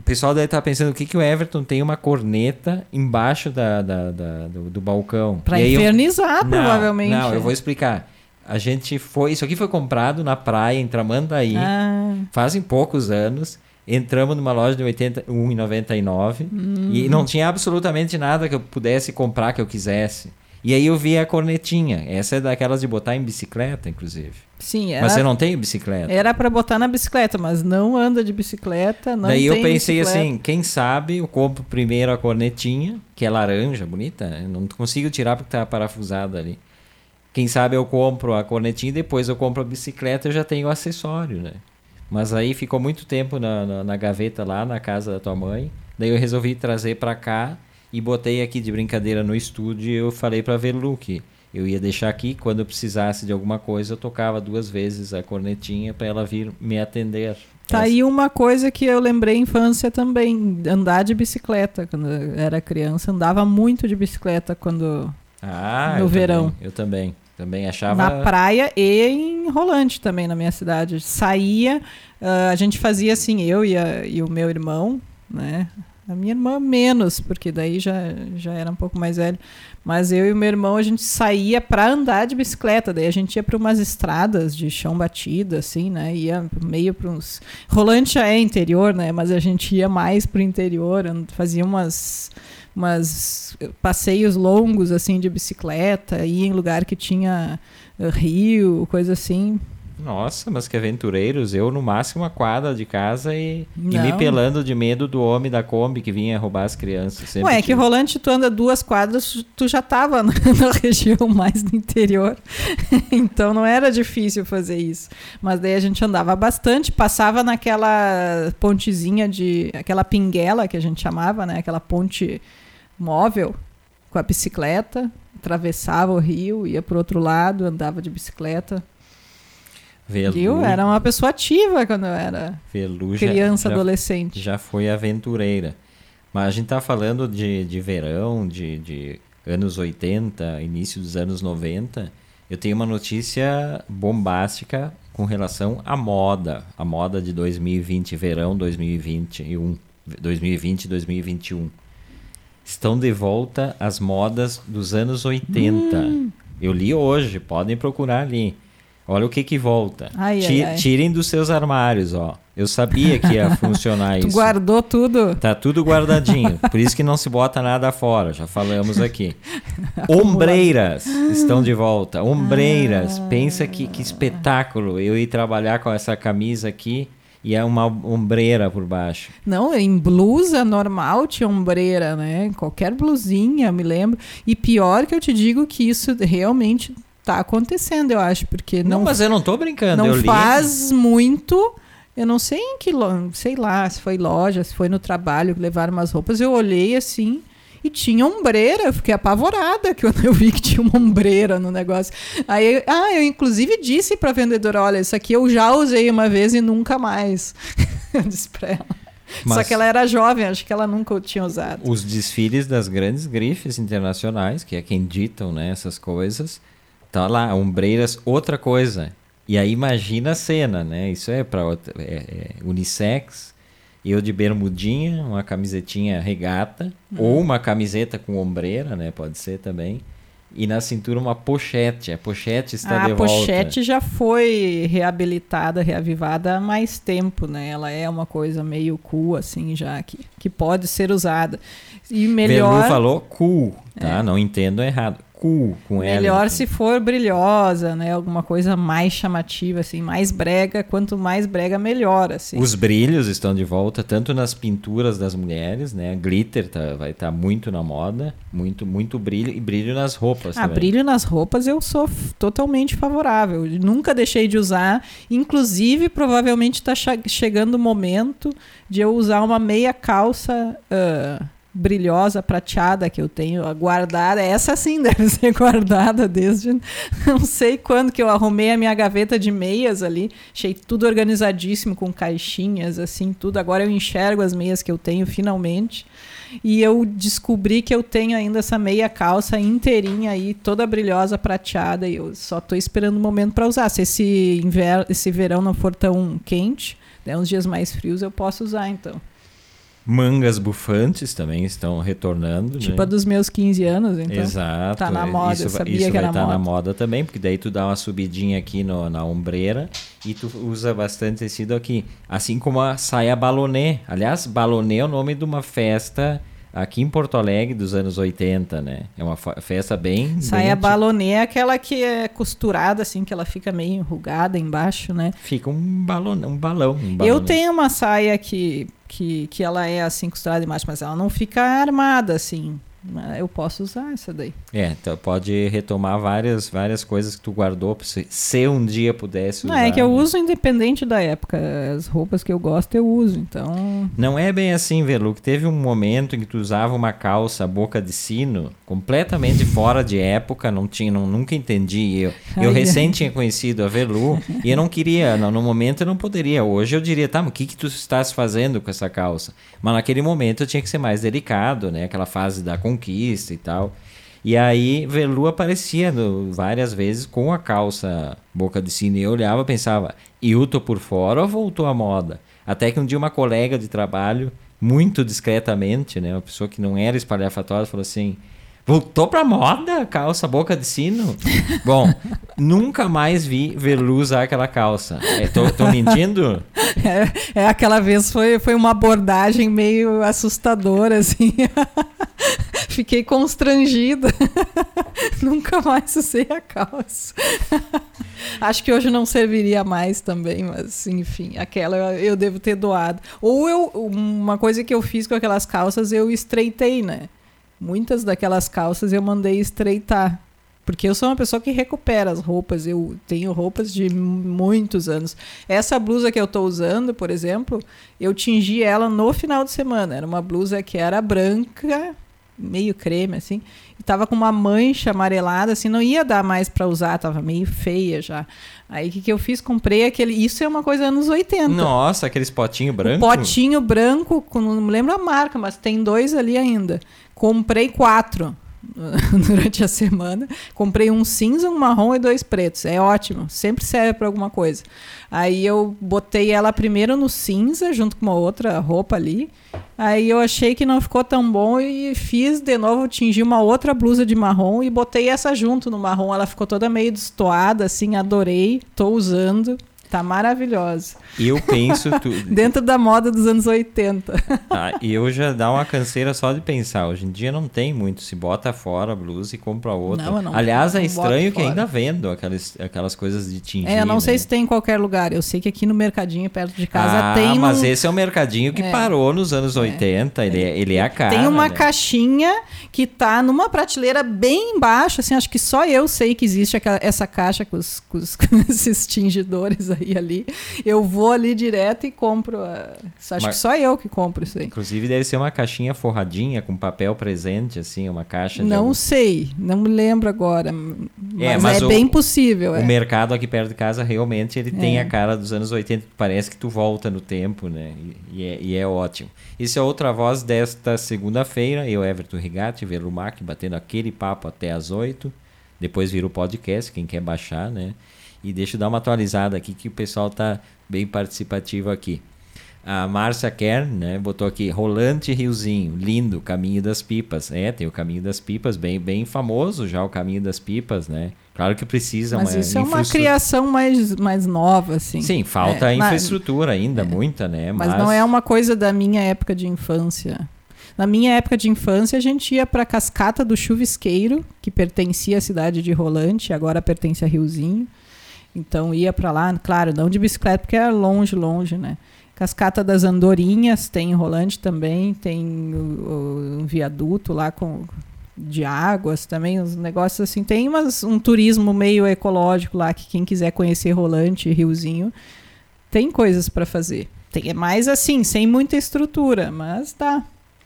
pessoal deve estar pensando o que, que o Everton tem uma corneta embaixo da, da, da- do, do balcão. Pra E aí eu- infernizar, Não, provavelmente. Não, eu vou explicar. A gente foi... Isso aqui foi comprado na praia, em Tramandaí, Ah, fazem poucos anos. Entramos numa loja de oitenta, um reais e noventa e nove Hum. e não tinha absolutamente nada que eu pudesse comprar que eu quisesse. E aí eu vi a cornetinha. Essa é daquelas de botar em bicicleta, inclusive. sim, Mas você era, não tem bicicleta? era pra botar na bicicleta, mas não anda de bicicleta, não Daí tem eu pensei bicicleta. assim, quem sabe eu compro primeiro a cornetinha, que é laranja, bonita. Eu não consigo tirar porque tá parafusada ali. Quem sabe eu compro a cornetinha e depois eu compro a bicicleta e eu já tenho o acessório, né? Mas aí ficou muito tempo na, na, na gaveta lá na casa da tua mãe. Daí eu resolvi trazer pra cá e botei aqui de brincadeira no estúdio e eu falei pra Velu que eu ia deixar aqui, quando eu precisasse de alguma coisa eu tocava duas vezes a cornetinha pra ela vir me atender. Tá aí uma coisa que eu lembrei infância também, andar de bicicleta. Quando eu era criança, andava muito de bicicleta quando Ah, no eu verão. Também, eu também. Também achava... na praia e em Rolante também, na minha cidade. Saía, ah, a gente fazia assim, eu e, a- e o meu irmão, né? A minha irmã menos, porque daí já, já era um pouco mais velho. Mas eu e o meu irmão, a gente saía pra andar de bicicleta. Daí a gente ia para umas estradas de chão batido, assim, né? Ia meio para uns... Rolante já é interior, né? Mas a gente ia mais pro interior, and- fazia umas... umas passeios longos assim de bicicleta, ia em lugar que tinha uh, rio, coisa assim. Nossa, mas que aventureiros. Eu, no máximo, a quadra de casa e, e me Não. pelando de medo do homem da Kombi que vinha roubar as crianças. Sempre Ué, é que tive. Rolante, tu anda duas quadras, tu já tava na, na região mais do interior. Então não era difícil fazer isso. Mas daí a gente andava bastante, passava naquela pontezinha de... aquela pinguela que a gente chamava, né? Aquela ponte móvel com a bicicleta, atravessava o rio, ia pro outro lado, andava de bicicleta. Velu, Eu era uma pessoa ativa quando eu era Velu já- criança, já, adolescente. já foi aventureira. Mas a gente tá falando de, de verão, de, de anos oitenta, início dos anos noventa. Eu tenho uma notícia bombástica com relação à moda. A moda de dois mil e vinte, verão dois mil e vinte e um. dois mil e vinte e dois mil e vinte e um. Estão de volta as modas dos anos oitenta. Hum. Eu li hoje, podem procurar ali. Olha o que que volta. Ai, Ti- ai, ai. Tirem dos seus armários, ó. Eu sabia que ia funcionar Tu isso. guardou tudo? Tá tudo guardadinho. Por isso que não se bota nada fora. Já falamos aqui. Ombreiras estão de volta. Ombreiras. Ah. Pensa que, que espetáculo. Eu ir trabalhar com essa camisa aqui e é uma ombreira por baixo. Não, em blusa normal tinha ombreira, né? Qualquer blusinha, me lembro. E pior que eu te digo que isso realmente tá acontecendo, eu acho, porque Não, não, mas eu não tô brincando. não eu li. faz muito. Eu não sei em que, lo- sei lá, se foi loja, se foi no trabalho que levaram umas roupas. Eu olhei assim e tinha ombreira. Eu fiquei apavorada quando eu vi que tinha uma ombreira no negócio. Aí, ah, eu inclusive disse pra vendedora, olha, isso aqui eu já usei uma vez e nunca mais. Eu disse pra ela. Só Mas- que ela era jovem, acho que ela nunca o tinha usado. Os desfiles das grandes grifes internacionais, que é quem ditam, né, essas coisas, tá lá, ombreiras, outra coisa. E aí imagina a cena, né? Isso é para é, é unissex. Eu de bermudinha, uma camisetinha regata, Hum. ou uma camiseta com ombreira, né? Pode ser também. E na cintura uma pochete. A pochete está A de volta. pochete já foi reabilitada, reavivada há mais tempo, né? Ela é uma coisa meio cool, assim, já, que, que pode ser usada. E melhor... Velu falou cool, tá? Não entendo errado. Cool, com L. Melhor se for brilhosa, né? Alguma coisa mais chamativa, assim, mais brega. Quanto mais brega, melhor, assim. Os brilhos estão de volta, tanto nas pinturas das mulheres, né? Glitter tá, vai estar muito na moda, muito, muito brilho e brilho nas roupas Ah, também. brilho nas roupas eu sou f- totalmente favorável. Nunca deixei de usar. Inclusive, provavelmente está chegando o momento de eu usar uma meia calça ah, brilhosa, prateada, que eu tenho guardada. Essa sim deve ser guardada desde não sei quando que eu arrumei a minha gaveta de meias ali. Achei tudo organizadíssimo, com caixinhas, assim, tudo. Agora eu enxergo as meias que eu tenho finalmente. E eu descobri que eu tenho ainda essa meia calça inteirinha aí, toda brilhosa, prateada, e eu só tô esperando o momento para usar. Se esse inverno, esse verão não for tão quente, né, uns dias mais frios, eu posso usar, então. Mangas bufantes também estão retornando. Tipo né? a dos meus quinze anos, então. Exato. Tá na moda, isso, eu sabia isso que vai era estar moda. na moda também, porque daí tu dá uma subidinha aqui no, na ombreira e tu usa bastante tecido aqui. Assim como a saia balonê. Aliás, balonê é o nome de uma festa aqui em Porto Alegre dos anos oitenta, né? É uma festa bem... Saia bem balonê é aquela que é costurada, assim, que ela fica meio enrugada embaixo, né? Fica um balão, um balão. Um Eu tenho uma saia que, que, que ela é assim costurada embaixo, mas ela não fica armada, assim. Eu posso usar essa daí. É, então pode retomar várias, várias coisas que tu guardou, se, se um dia pudesse usar. Não, é que eu né? uso independente da época. As roupas que eu gosto, eu uso, então... Não é bem assim, Velu, que teve um momento em que tu usava uma calça boca de sino, completamente fora de época, não tinha, não, nunca entendi. Eu, eu Ai, recém ai. tinha conhecido a Velu e eu não queria, no, no momento eu não poderia. Hoje eu diria, tá, mas o que que tu estás fazendo com essa calça? Mas naquele momento eu tinha que ser mais delicado, né? Aquela fase da conquista e tal. E aí Velu aparecia no, várias vezes com a calça boca de sino e eu olhava e pensava, Hilton por fora ou voltou à moda? Até que um dia uma colega de trabalho, muito discretamente, né, uma pessoa que não era espalhafatória, falou assim, voltou pra moda a calça boca de sino? Bom, nunca mais vi Velu usar aquela calça. É, tô, tô mentindo? É, é, aquela vez foi, foi uma abordagem meio assustadora, assim. Fiquei constrangida. Nunca mais usei a calça. Acho que hoje não serviria mais também, mas enfim, aquela eu, eu devo ter doado. Ou eu, uma coisa que eu fiz com aquelas calças, eu estreitei, né? Muitas daquelas calças eu mandei estreitar. Porque eu sou uma pessoa que recupera as roupas. Eu tenho roupas de muitos anos. Essa blusa que eu estou usando, por exemplo, eu tingi ela no final de semana. Era uma blusa que era branca, meio creme, assim. E tava com uma mancha amarelada, assim. Não ia dar mais para usar, tava meio feia já. Aí o que, que eu fiz? Comprei aquele... Isso é uma coisa anos oitenta. Nossa, aqueles potinho branco? Um potinho branco, com, não me lembro a marca, mas tem dois ali ainda. Comprei quatro durante a semana. Comprei um cinza, um marrom e dois pretos. É ótimo, sempre serve para alguma coisa. Aí eu botei ela primeiro no cinza, junto com uma outra roupa ali. Aí eu achei que não ficou tão bom e fiz de novo, tingi uma outra blusa de marrom e botei essa junto no marrom. Ela ficou toda meio destoada, assim, adorei, tô usando. Tá maravilhosa. Eu penso... Tu... Dentro da moda dos anos oitenta. Ah, e eu já dá uma canseira só de pensar. Hoje em dia não tem muito. Se bota fora a blusa e compra outra. Não, eu não, Aliás, não é estranho que fora. ainda vendo aquelas, aquelas coisas de tingir. É, eu não né? sei se tem em qualquer lugar. Eu sei que aqui no mercadinho, perto de casa, ah, tem mas um... esse é um mercadinho que É. parou nos anos É. oitenta. Ele é, ele é a cara. Tem uma né? caixinha que tá numa prateleira bem embaixo, assim, acho que só eu sei que existe aquela, essa caixa com, os, com, os, com esses tingidores aí ali. Eu vou ali direto e compro. A... Acho Mas- que só eu que compro isso aí. Inclusive deve ser uma caixinha forradinha com papel presente, assim, uma caixa de Não algum- sei, não me lembro agora. Mas é, mas o- bem possível. O é. mercado aqui perto de casa realmente ele tem É. a cara dos anos oitenta. Parece que tu volta no tempo, né? E, e é, e é ótimo. Isso é outra voz desta segunda-feira. Eu, Everton Rigatti, Velumac, batendo aquele papo até às oito. Depois vira o podcast, quem quer baixar, né? E deixa eu dar uma atualizada aqui que o pessoal tá bem participativo aqui. A Márcia Kern, né, botou aqui, Rolante Riozinho, lindo, Caminho das Pipas. É, tem o Caminho das Pipas, bem, bem famoso já o Caminho das Pipas, né? Claro que precisa Mas uma isso é uma infraestru- criação mais, mais nova, assim. Sim, falta É, mas- infraestrutura ainda, muita, né? Mas não é uma coisa da minha época de infância. Na minha época de infância, a gente ia para a Cascata do Chuvisqueiro, que pertencia à cidade de Rolante, agora pertence a Riozinho. Então ia para lá, claro, não de bicicleta, porque era longe, longe, né? Cascata das Andorinhas, tem em Rolante também, tem o, o, um viaduto lá com, de águas também, uns negócios assim. Tem umas, um turismo meio ecológico lá, que quem quiser conhecer Rolante, Riozinho, tem coisas para fazer. Tem, é mais assim, sem muita estrutura, mas tá.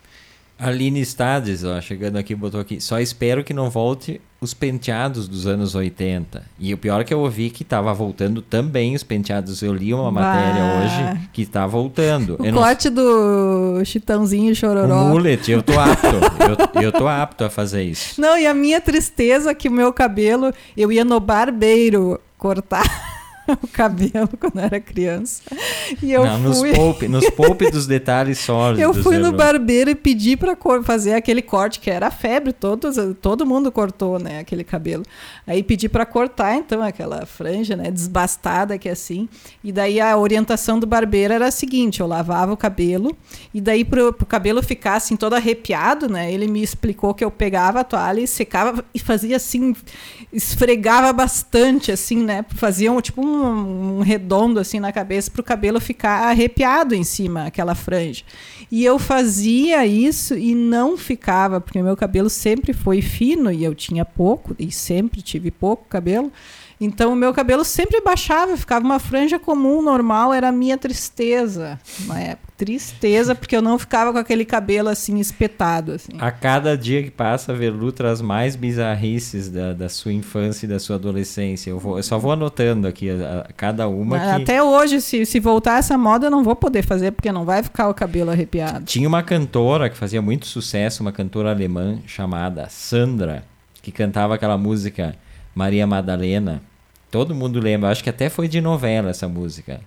Aline Stades, ó, chegando aqui, botou aqui. Só espero que não volte os penteados dos anos oitenta. E o pior é que eu ouvi que tava voltando também os penteados. Eu li uma matéria Bah. hoje que tá voltando. O Eu não- corte do Chitãozinho e O Chororó. mullet, eu tô apto. eu, eu tô apto a fazer isso. Não, e a minha tristeza é que o meu cabelo, eu ia no barbeiro cortar. o cabelo quando eu era criança. E eu Não, fui... nos poupe, nos poupe dos detalhes sórdidos. Eu fui no Verônica. barbeiro e pedi pra cor- fazer aquele corte, que era febre, todos, todo mundo cortou, né, aquele cabelo. Aí pedi pra cortar, então, aquela franja, né, desbastada, que é assim. E daí a orientação do barbeiro era a seguinte, eu lavava o cabelo, e daí pro, pro cabelo ficar, assim, todo arrepiado, né, ele me explicou que eu pegava a toalha e secava e fazia, assim, esfregava bastante, assim, né, fazia um, tipo um, um redondo, assim, na cabeça, pro cabelo ficar arrepiado em cima, aquela franja. E eu fazia isso e não ficava, porque meu cabelo sempre foi fino e eu tinha pouco, e sempre tive pouco cabelo. Então o meu cabelo sempre baixava, ficava uma franja comum, normal, era a minha tristeza na época. Tristeza, porque eu não ficava com aquele cabelo assim espetado. Assim. A cada dia que passa, a Verlu traz mais bizarrices da, da sua infância e da sua adolescência. Eu, vou, eu só vou anotando aqui a, a cada uma. Que... Até hoje, se, se voltar essa moda, eu não vou poder fazer, porque não vai ficar o cabelo arrepiado. Tinha uma cantora que fazia muito sucesso, uma cantora alemã chamada Sandra, que cantava aquela música Maria Madalena. Todo mundo lembra, acho que até foi de novela essa música.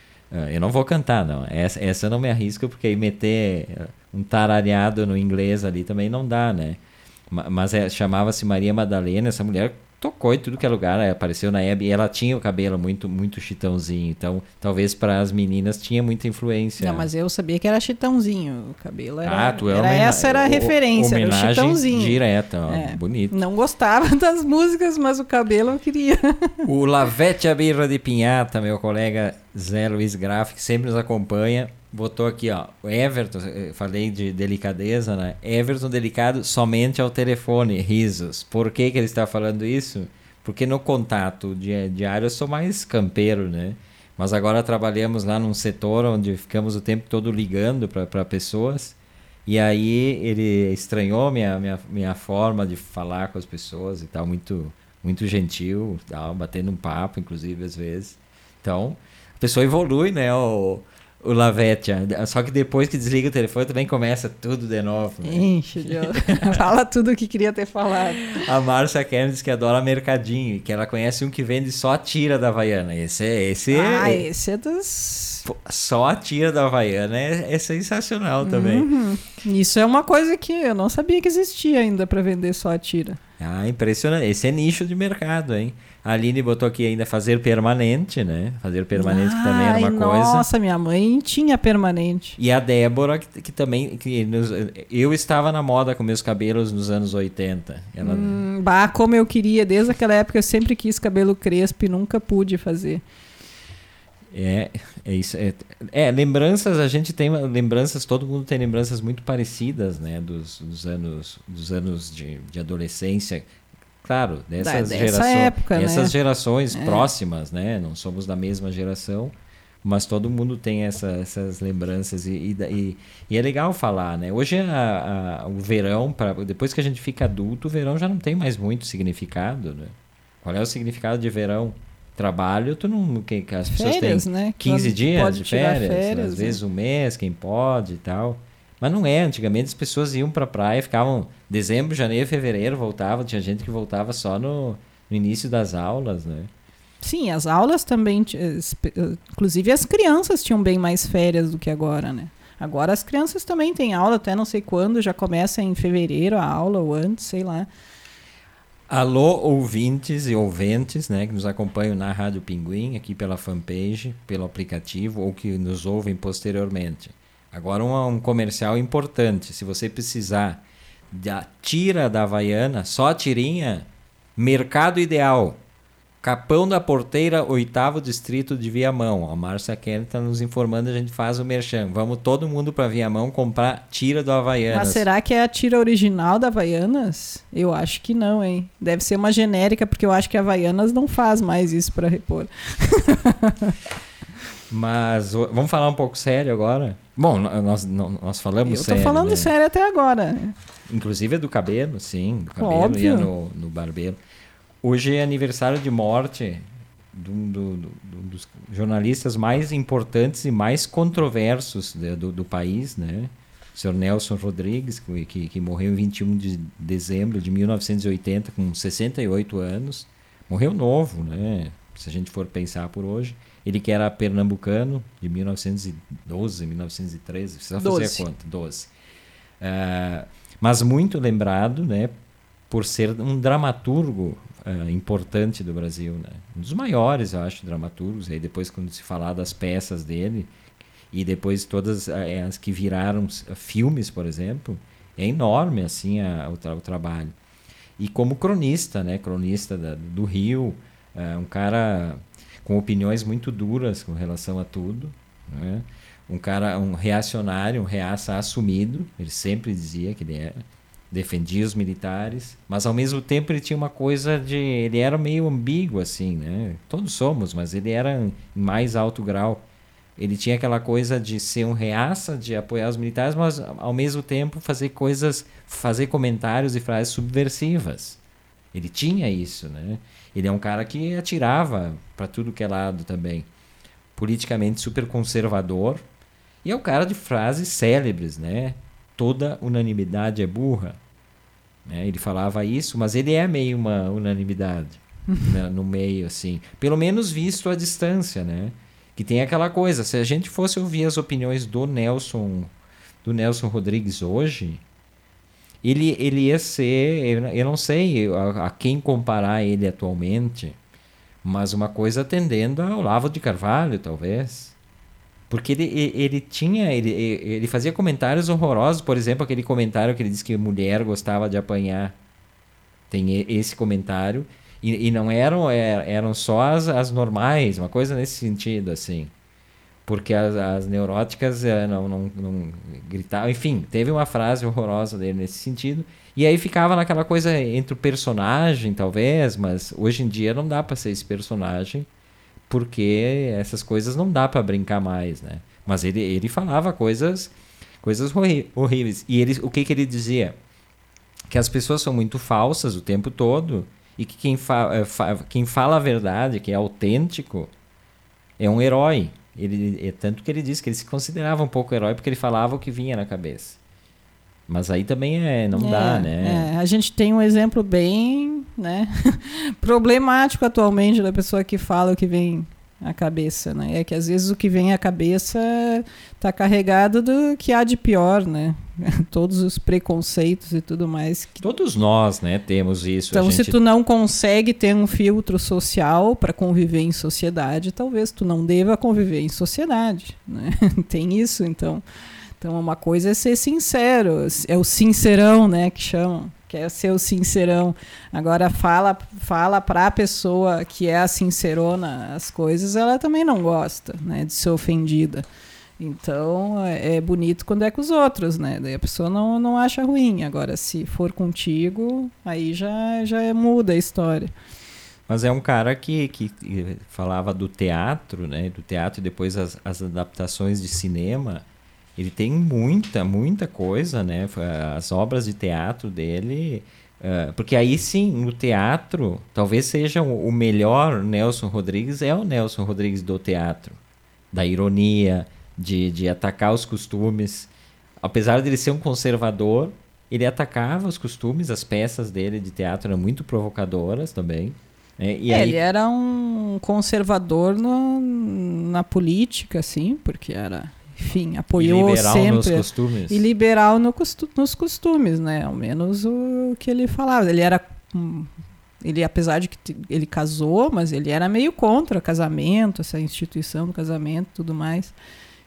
Eu não vou cantar, não. Essa, essa eu não me arrisco, porque aí meter um tarareado no inglês ali também não dá, né? Mas é, chamava-se Maria Madalena, essa mulher tocou em tudo que é lugar, apareceu na Hebe, e ela tinha o cabelo muito, muito chitãozinho, então talvez para as meninas tinha muita influência. Não, mas eu sabia que era chitãozinho, o cabelo era, ah, tu é era homena... essa era a referência, era o chitãozinho. Direta, ó, é, bonito. Não gostava das músicas, mas o cabelo eu queria. O Lavete a Birra de Pinhata, meu colega Zé Luiz Graff, que sempre nos acompanha, botou aqui, ó, o Everton, falei de delicadeza, né? Everton delicado somente ao telefone, risos. Por que que ele está falando isso? Porque no contato di- diário eu sou mais campeiro, né? Mas agora trabalhamos lá num setor onde ficamos o tempo todo ligando para pessoas, e aí ele estranhou minha, minha, minha forma de falar com as pessoas e tal, muito, muito gentil, tal, batendo um papo, inclusive, às vezes. Então, a pessoa evolui, né? O, O Lavetia. Só que depois que desliga o telefone também começa tudo de novo. Né? Enche, de... Fala tudo o que queria ter falado. A Márcia Kern diz que adora mercadinho, que ela conhece um que vende só a tira da Havaiana. Esse é... Esse ah, é... esse é dos... Pô, só a tira da Havaiana é, é sensacional também. Uhum. Isso é uma coisa que eu não sabia que existia ainda para vender só a tira. Ah, impressionante. Esse é nicho de mercado, hein? A Aline botou aqui ainda fazer permanente, né? Fazer permanente, Ai, que também era uma coisa. Nossa, minha mãe tinha permanente. E a Débora, que, que também... Que nos, eu estava na moda com meus cabelos nos anos oitenta. Ela... Hum, bah, como eu queria. Desde aquela época eu sempre quis cabelo crespo e nunca pude fazer. É, é isso. É, é, lembranças, a gente tem lembranças, todo mundo tem lembranças muito parecidas, né? Dos, dos anos, dos anos de, de adolescência. Claro, dessas da, gerações, época, essas né? gerações é. próximas, né? Não somos da mesma geração, mas todo mundo tem essa, essas lembranças e, e, e é legal falar, né? Hoje a, a, o verão, pra, depois que a gente fica adulto, o verão já não tem mais muito significado, né? Qual é o significado de verão? Trabalho, tu não, que, que as pessoas Férias, têm né? quinze Quando dias pode de tirar férias, férias, às né? vezes um mês, quem pode e tal. Mas não é, antigamente as pessoas iam pra praia, ficavam dezembro, janeiro, fevereiro, voltavam, tinha gente que voltava só no, no início das aulas, né? Sim, as aulas também, inclusive as crianças tinham bem mais férias do que agora, né? Agora as crianças também têm aula, até não sei quando, já começa em fevereiro a aula ou antes, sei lá. Alô, ouvintes e ouventes, né, que nos acompanham na Rádio Pinguim, aqui pela fanpage, pelo aplicativo, ou que nos ouvem posteriormente. Agora um, um comercial importante. Se você precisar da tira da Havaiana, só a tirinha, Mercado Ideal, Capão da Porteira, oitavo distrito de Viamão. A Márcia Kelly está nos informando, a gente faz o merchan. Vamos todo mundo para Viamão comprar tira do Havaianas. Mas será que é a tira original da Havaianas? Eu acho que não, hein? Deve ser uma genérica, porque eu acho que a Havaianas não faz mais isso para repor. Mas vamos falar um pouco sério agora? Bom, nós, nós falamos sério. Eu tô falando né? sério até agora. Inclusive é do cabelo, sim. Do cabelo Óbvio. ia no, no barbeiro. Hoje é aniversário de morte de um do, do, do, dos jornalistas mais importantes e mais controversos de, do, do país, né? O senhor Nelson Rodrigues, que, que, que morreu em vinte e um de dezembro de mil novecentos e oitenta, com sessenta e oito anos. Morreu novo, né? se a gente for pensar por hoje. Ele que era pernambucano, de mil novecentos e doze, mil novecentos e treze, precisa fazer a conta, doze. Uh, mas muito lembrado, né, por ser um dramaturgo uh, importante do Brasil, né? Um dos maiores, eu acho, dramaturgos. Aí depois, quando se falar das peças dele, e depois todas as que viraram filmes, por exemplo, é enorme assim, a, o, tra- o trabalho. E como cronista, né, cronista da, do Rio, uh, um cara com opiniões muito duras com relação a tudo, né? Um cara, um reacionário, um reaça assumido, ele sempre dizia que ele era, defendia os militares, mas ao mesmo tempo ele tinha uma coisa de, ele era meio ambíguo assim, né? Todos somos, mas ele era em mais alto grau. Ele tinha aquela coisa de ser um reaça, de apoiar os militares, mas ao mesmo tempo fazer coisas, fazer comentários e frases subversivas. Ele tinha isso, né? Ele é um cara que atirava para tudo que é lado também. Politicamente super conservador. E é um cara de frases célebres, né? Toda unanimidade é burra. Né? Ele falava isso, mas ele é meio uma unanimidade. Né? No meio, assim. Pelo menos visto à distância, né? Que tem aquela coisa, se a gente fosse ouvir as opiniões do Nelson, do Nelson Rodrigues hoje... Ele, ele ia ser, eu, eu não sei a, a quem comparar ele atualmente, mas uma coisa tendendo ao Olavo de Carvalho, talvez. Porque ele, ele, ele tinha, ele, ele fazia comentários horrorosos, por exemplo, aquele comentário que ele disse que mulher gostava de apanhar. Tem esse comentário, e, e não eram, eram só as, as normais, uma coisa nesse sentido, assim. Porque as, as neuróticas eh, não, não, não gritavam. Enfim, teve uma frase horrorosa dele nesse sentido. E aí ficava naquela coisa entre o personagem, talvez, mas hoje em dia não dá para ser esse personagem, porque essas coisas não dá para brincar mais, né? Mas ele, ele falava coisas, coisas horríveis. E ele, o que, que ele dizia? Que as pessoas são muito falsas o tempo todo e que quem, fa, fa, quem fala a verdade, que é autêntico, é um herói. Ele, é tanto que ele disse que ele se considerava um pouco herói porque ele falava o que vinha na cabeça. Mas aí também é, não é, dá, né? É. A gente tem um exemplo bem, né, problemático atualmente da pessoa que fala o que vem à cabeça, né? É que às vezes o que vem à cabeça está carregado do que há de pior, né? Todos os preconceitos e tudo mais. Que... Todos nós, né, temos isso. Então, a gente... se tu não consegue ter um filtro social para conviver em sociedade, talvez tu não deva conviver em sociedade, né? Tem isso, então... Então, uma coisa é ser sincero, é o sincerão, né, que chamam, que é ser o sincerão. Agora, fala, fala para a pessoa que é a sincerona as coisas, ela também não gosta, né, de ser ofendida. Então, é, é bonito quando é com os outros, né, daí a pessoa não, não acha ruim. Agora, se for contigo, aí já, já muda a história. Mas é um cara que, que falava do teatro, né, do teatro e depois as, as adaptações de cinema. Ele tem muita, muita coisa, né? As obras de teatro dele... Uh, porque aí sim, no teatro, talvez seja o melhor Nelson Rodrigues, é o Nelson Rodrigues do teatro. Da ironia, de, de atacar os costumes. Apesar de ele ser um conservador, ele atacava os costumes, as peças dele de teatro eram muito provocadoras também. Né? E é, aí... Ele era um conservador no, na política, assim, porque era... Enfim, apoiou e liberal sempre. Nos costumes. E liberal no costu- nos costumes, né? Ao menos o que ele falava. Ele era... Ele, apesar de que t- ele casou, mas ele era meio contra casamento, essa instituição do casamento e tudo mais.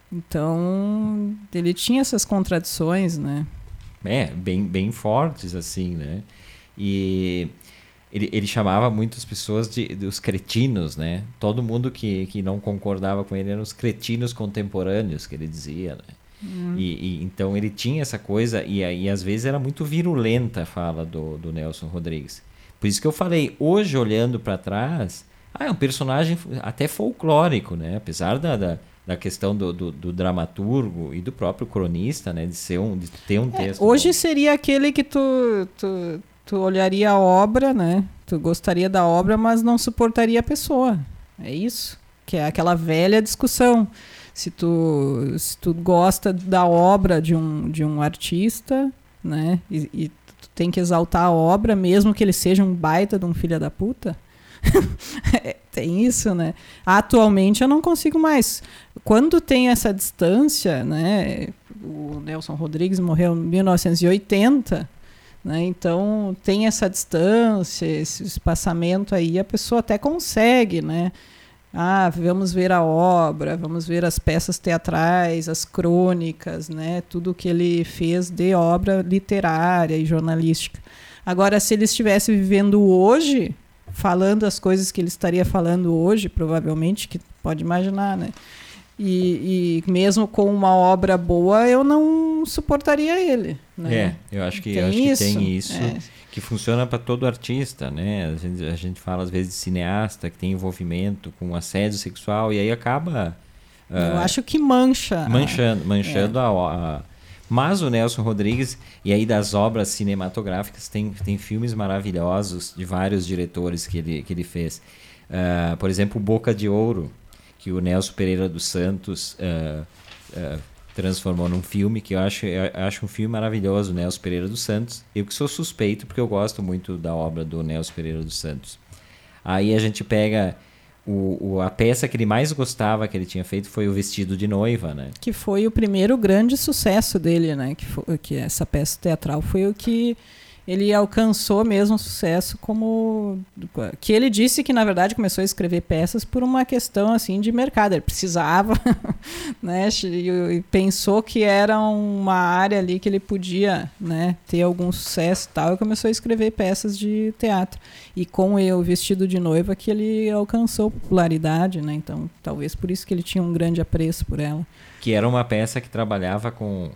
Então, ele tinha essas contradições, né? É, bem, bem fortes, assim, né? E... Ele, ele chamava muitas pessoas de, de os cretinos, né? Todo mundo que, que não concordava com ele eram os cretinos contemporâneos, que ele dizia, né? Hum. E, e, então ele tinha essa coisa, e, e às vezes era muito virulenta a fala do, do Nelson Rodrigues. Por isso que eu falei, hoje olhando para trás, ah, é um personagem até folclórico, né? Apesar da, da, da questão do, do, do dramaturgo e do próprio cronista, né? De, ser um, de ter um texto. É, hoje bom. Seria aquele que tu... tu... Tu olharia a obra, né? Tu gostaria da obra, mas não suportaria a pessoa. É isso. Que é aquela velha discussão. Se tu, se tu gosta da obra de um, de um artista, né? E, e tu tem que exaltar a obra, mesmo que ele seja um baita de um filho da puta. Tem isso, né? Atualmente eu não consigo mais. Quando tem essa distância, né? O Nelson Rodrigues morreu em mil novecentos e oitenta, né? Então tem essa distância, esse espaçamento aí, a pessoa até consegue, né? Ah, vamos ver a obra, vamos ver as peças teatrais, as crônicas, né? Tudo que ele fez de obra literária e jornalística. Agora, se ele estivesse vivendo hoje, falando as coisas que ele estaria falando hoje, provavelmente, que pode imaginar, né? E, e mesmo com uma obra boa, eu não suportaria ele. Né? É, eu acho que tem eu acho que isso, tem isso, é. que funciona para todo artista, né? A gente, a gente fala às vezes de cineasta que tem envolvimento com assédio sexual e aí acaba... Eu uh, acho que mancha. Manchando, manchando é. a, a... Mas o Nelson Rodrigues, e aí das obras cinematográficas, tem, tem filmes maravilhosos de vários diretores que ele, que ele fez. Uh, por exemplo, Boca de Ouro, que o Nelson Pereira dos Santos uh, uh, transformou num filme, que eu acho, eu acho um filme maravilhoso, Nelson Pereira dos Santos. Eu que sou suspeito, porque eu gosto muito da obra do Nelson Pereira dos Santos. Aí a gente pega... O, o, a peça que ele mais gostava que ele tinha feito foi O Vestido de Noiva, né? Que foi o primeiro grande sucesso dele, né? Que, foi, que essa peça teatral foi o que ele alcançou mesmo sucesso como... Que ele disse que, na verdade, começou a escrever peças por uma questão, assim, de mercado. Ele precisava, né? E pensou que era uma área ali que ele podia, né, ter algum sucesso e tal, e começou a escrever peças de teatro. E com O Vestido de Noiva que ele alcançou popularidade, né? Então, talvez por isso que ele tinha um grande apreço por ela. Que era uma peça que trabalhava com...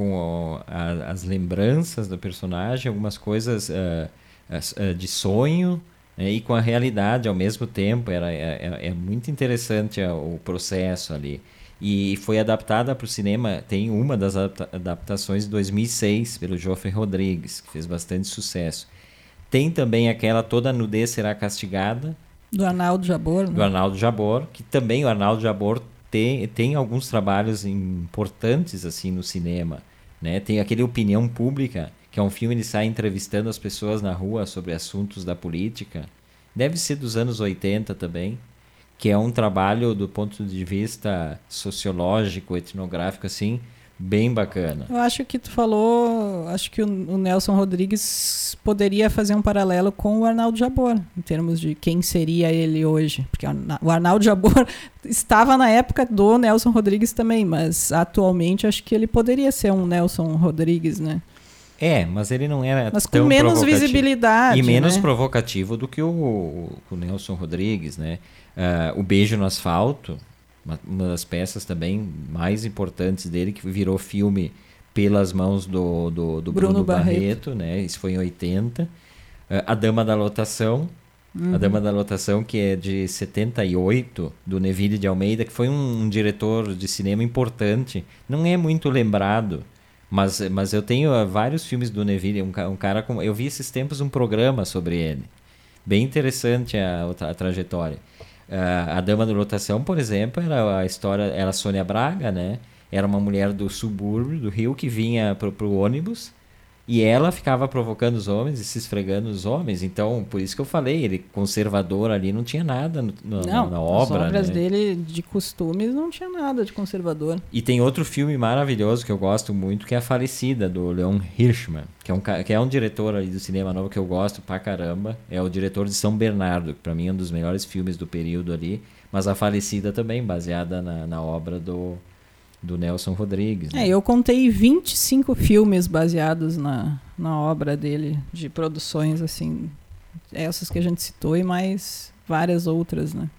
com a, as lembranças do personagem, algumas coisas uh, uh, de sonho, né, e com a realidade ao mesmo tempo. Era, é, é muito interessante uh, o processo ali. E foi adaptada para o cinema, tem uma das adaptações de dois mil e seis, pelo Joffrey Rodrigues, que fez bastante sucesso. Tem também aquela Toda Nudez Será Castigada. Do Arnaldo Jabor. Né? Do Arnaldo Jabor, que também o Arnaldo Jabor Tem, tem alguns trabalhos importantes assim no cinema, né? Tem aquele Opinião Pública, que é um filme que ele sai entrevistando as pessoas na rua sobre assuntos da política. Deve ser dos anos oitenta também, que é um trabalho do ponto de vista sociológico, etnográfico, assim, bem bacana. Eu acho que tu falou, acho que o, o Nelson Rodrigues poderia fazer um paralelo com o Arnaldo Jabor, em termos de quem seria ele hoje. Porque o Arnaldo Jabor estava na época do Nelson Rodrigues também, mas atualmente acho que ele poderia ser um Nelson Rodrigues, né? É, mas ele não era mas tão com menos provocativo. visibilidade, e menos né? provocativo do que o, o, o Nelson Rodrigues, né? Uh, o Beijo no Asfalto, uma, uma das peças também mais importantes dele, que virou filme pelas mãos do, do, do Bruno, Bruno Barreto, Barreto, né? Isso foi em oitenta. Uh, a Dama da Lotação, uhum. A Dama da Lotação, que é de setenta e oito, do Neville de Almeida, que foi um, um diretor de cinema importante. Não é muito lembrado, mas, mas eu tenho uh, vários filmes do Neville. Um, um cara com, eu vi esses tempos um programa sobre ele. Bem interessante a, a, a trajetória. Uh, a Dama da Lotação, por exemplo, era a história, era a Sônia Braga, né? Era uma mulher do subúrbio do Rio que vinha pro, pro ônibus e ela ficava provocando os homens e se esfregando os homens. Então, por isso que eu falei, ele conservador ali não tinha nada no, no, não, na obra. As obras né? dele de costumes não tinha nada de conservador. E tem outro filme maravilhoso que eu gosto muito, que é A Falecida, do Leon Hirschman, que é um, que é um diretor ali do cinema novo que eu gosto pra caramba. É o diretor de São Bernardo, que pra mim é um dos melhores filmes do período ali. Mas A Falecida também, baseada na, na obra do... do Nelson Rodrigues. Né? É, eu contei vinte e cinco filmes baseados na, na obra dele, de produções, assim, essas que a gente citou e mais várias outras, né?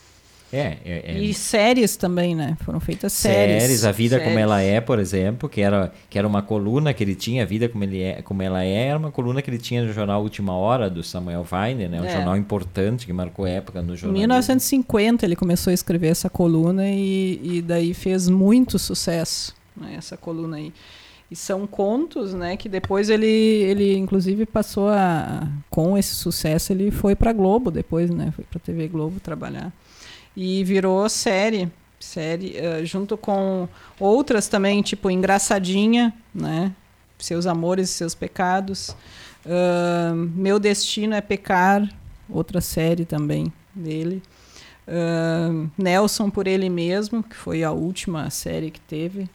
É, é, é... E séries também, né? Foram feitas séries. Séries, A Vida séries. Como Ela É, por exemplo, que era, que era uma coluna que ele tinha, A Vida Como, ele é, Como Ela É, era uma coluna que ele tinha no jornal Última Hora, do Samuel Weiner, né? Um é. jornal importante que marcou época no jornal. Em mil novecentos e cinquenta ele começou a escrever essa coluna e, e daí fez muito sucesso, né? Essa coluna aí. E são contos, né, que depois ele, ele inclusive passou a... Com esse sucesso ele foi para Globo depois, né? Foi para T V Globo trabalhar. E virou série, série uh, junto com outras também, tipo Engraçadinha, né? Seus Amores e Seus Pecados. Uh, Meu Destino é Pecar, outra série também dele. Uh, Nelson por ele mesmo, que foi a última série que teve.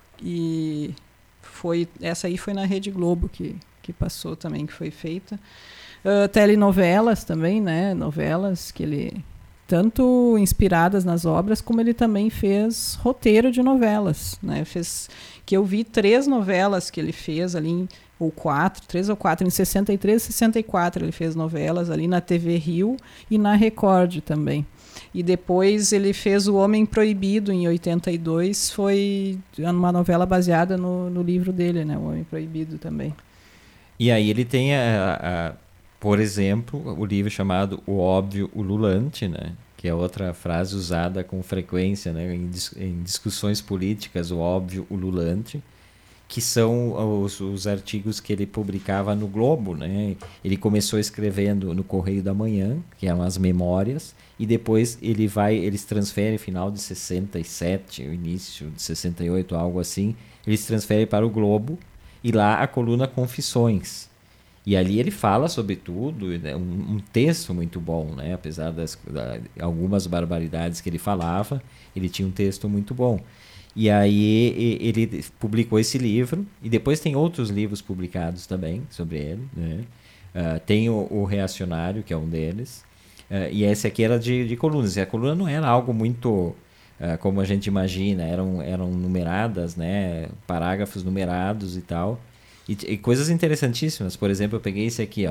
E foi, essa aí foi na Rede Globo que, que passou também, que foi feita. Uh, telenovelas também, né? Novelas que ele... tanto inspiradas nas obras, como ele também fez roteiro de novelas, né? Fez, que eu vi três novelas que ele fez ali, em, ou quatro, três ou quatro, em sessenta e três e sessenta e quatro ele fez novelas ali na T V Rio e na Record também. E depois ele fez O Homem Proibido em oitenta e dois, foi uma novela baseada no, no livro dele, né? O Homem Proibido também. E aí ele tem, a, a, por exemplo, o livro chamado O Óbvio Ululante, né? Que é outra frase usada com frequência, né? em, dis, em discussões políticas, o óbvio ululante, que são os, os artigos que ele publicava no Globo, né? Ele começou escrevendo no Correio da Manhã, que eram as memórias, e depois ele vai, eles transferem final de sessenta e sete, o início de sessenta e oito, algo assim, eles transferem para o Globo, e lá a coluna Confissões. E ali ele fala sobre tudo, né? um, um texto muito bom, né? Apesar das da, algumas barbaridades que ele falava, ele tinha um texto muito bom. E aí ele publicou esse livro, e depois tem outros livros publicados também sobre ele, né? Uh, tem o, o Reacionário, que é um deles, uh, e esse aqui era de, de colunas, e a coluna não era algo muito, uh, como a gente imagina, eram, eram numeradas, né? Parágrafos numerados e tal, e, e coisas interessantíssimas. Por exemplo, eu peguei esse aqui, ó.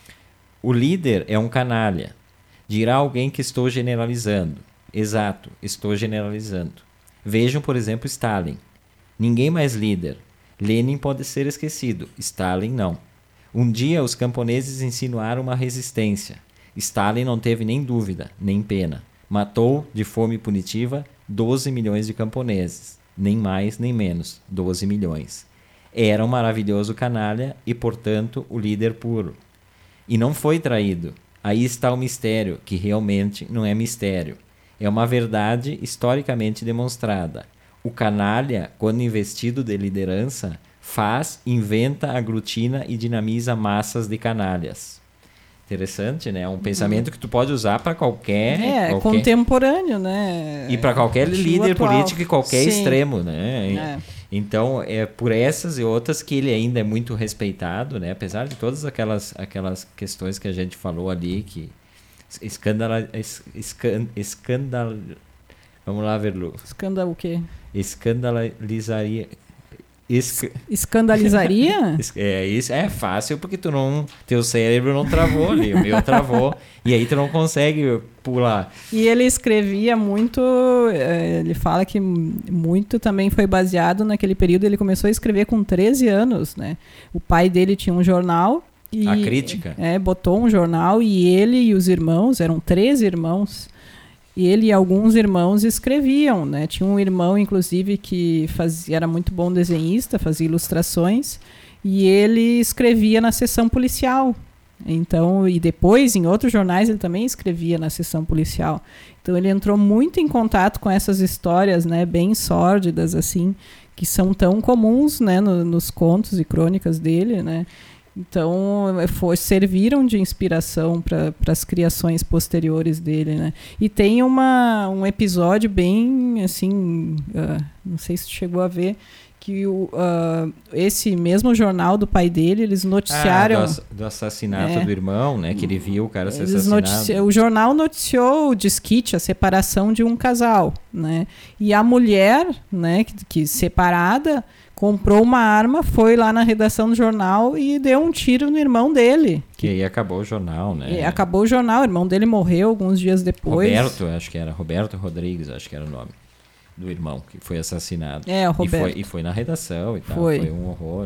O líder é um canalha, dirá alguém que estou generalizando. Exato, estou generalizando. Vejam, por exemplo, Stalin. Ninguém mais líder. Lenin pode ser esquecido. Stalin não. Um dia os camponeses insinuaram uma resistência. Stalin não teve nem dúvida, nem pena. Matou, de fome punitiva, doze milhões de camponeses. Nem mais, nem menos. doze milhões. Era um maravilhoso canalha e, portanto, o líder puro. E não foi traído. Aí está o mistério, que realmente não é mistério. É uma verdade historicamente demonstrada. O canalha, quando investido de liderança, faz, inventa, aglutina e dinamiza massas de canalhas. Interessante, né? É um uhum. pensamento que tu pode usar para qualquer... É, qualquer... contemporâneo, né? E para qualquer líder atual. político e qualquer Sim. extremo, né? É. Então, é por essas e outras que ele ainda é muito respeitado, né? Apesar de todas aquelas, aquelas questões que a gente falou ali, que... Escandala, es, escan, escandal, vamos lá, Verlu. Escândalo o quê? Escandalizaria. Esc, Escandalizaria? é, isso é fácil porque tu não, teu cérebro não travou ali, o meu travou, e aí tu não consegue pular. E ele escrevia muito, ele fala que muito também foi baseado naquele período, ele começou a escrever com treze anos, né? O pai dele tinha um jornal. E, a crítica. É, botou um jornal e ele e os irmãos, eram três irmãos, e ele e alguns irmãos escreviam, né? Tinha um irmão, inclusive, que fazia, era muito bom desenhista, fazia ilustrações, e ele escrevia na seção policial. Então, e depois, em outros jornais, ele também escrevia na seção policial. Então, ele entrou muito em contato com essas histórias, né, bem sórdidas, assim, que são tão comuns, né, no, nos contos e crônicas dele, né? Então, foi, serviram de inspiração para as criações posteriores dele, né? E tem uma, um episódio bem, assim, uh, não sei se tu chegou a ver, que o, uh, esse mesmo jornal do pai dele, eles noticiaram... Ah, do, do assassinato é, do irmão, né? Que ele viu o cara ser eles assassinado. Notici- o jornal noticiou o desquite, a separação de um casal, né? E a mulher, né, que, que separada... comprou uma arma, foi lá na redação do jornal e deu um tiro no irmão dele. Que aí acabou o jornal, né? E acabou o jornal, o irmão dele morreu alguns dias depois. Roberto, acho que era. Roberto Rodrigues, acho que era o nome do irmão que foi assassinado. É, o Roberto. E foi, e foi na redação e tal, foi. foi um horror.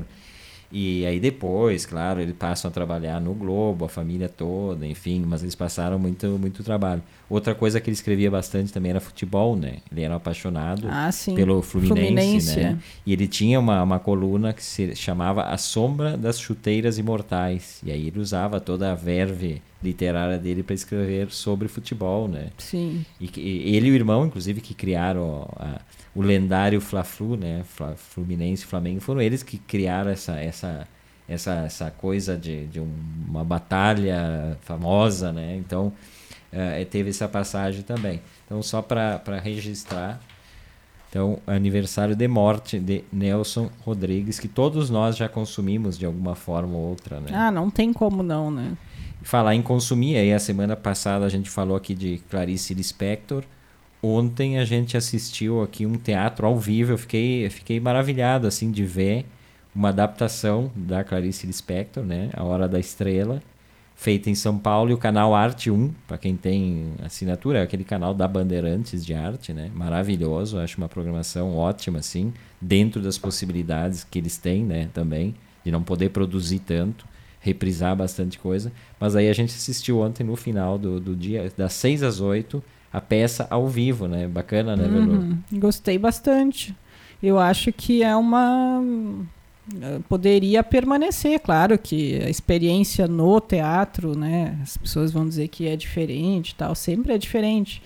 E aí depois, claro, eles passam a trabalhar no Globo, a família toda, enfim, mas eles passaram muito, muito trabalho. Outra coisa que ele escrevia bastante também era futebol, né? Ele era apaixonado ah, pelo Fluminense, Fluminense, né? É. E ele tinha uma, uma coluna que se chamava A Sombra das Chuteiras Imortais. E aí ele usava toda a verve literária dele para escrever sobre futebol, né? Sim. E, e ele e o irmão, inclusive, que criaram a, o lendário Fla-Flu, né? Fla, Fluminense e Flamengo, foram eles que criaram essa, essa, essa, essa coisa de, de um, uma batalha famosa, né? Então, uh, teve essa passagem também. Então, só para registrar, então, aniversário de morte de Nelson Rodrigues, que todos nós já consumimos de alguma forma ou outra, né? Ah, não tem como não, né? Falar em consumir, aí a semana passada a gente falou aqui de Clarice Lispector. Ontem a gente assistiu aqui um teatro ao vivo, eu fiquei, fiquei maravilhado assim de ver uma adaptação da Clarice Lispector, né? A Hora da Estrela, feita em São Paulo, e o canal Arte um, para quem tem assinatura, é aquele canal da Bandeirantes de arte, né? Maravilhoso, acho uma programação ótima, assim, dentro das possibilidades que eles têm, né? Também, de não poder produzir tanto, reprisar bastante coisa, mas aí a gente assistiu ontem no final do, do dia, das seis às oito, a peça ao vivo, né? Bacana, né, Velu? Uhum. Gostei bastante. Eu acho que é uma... Poderia permanecer, claro que a experiência no teatro, né? As pessoas vão dizer que é diferente e tal, sempre é diferente.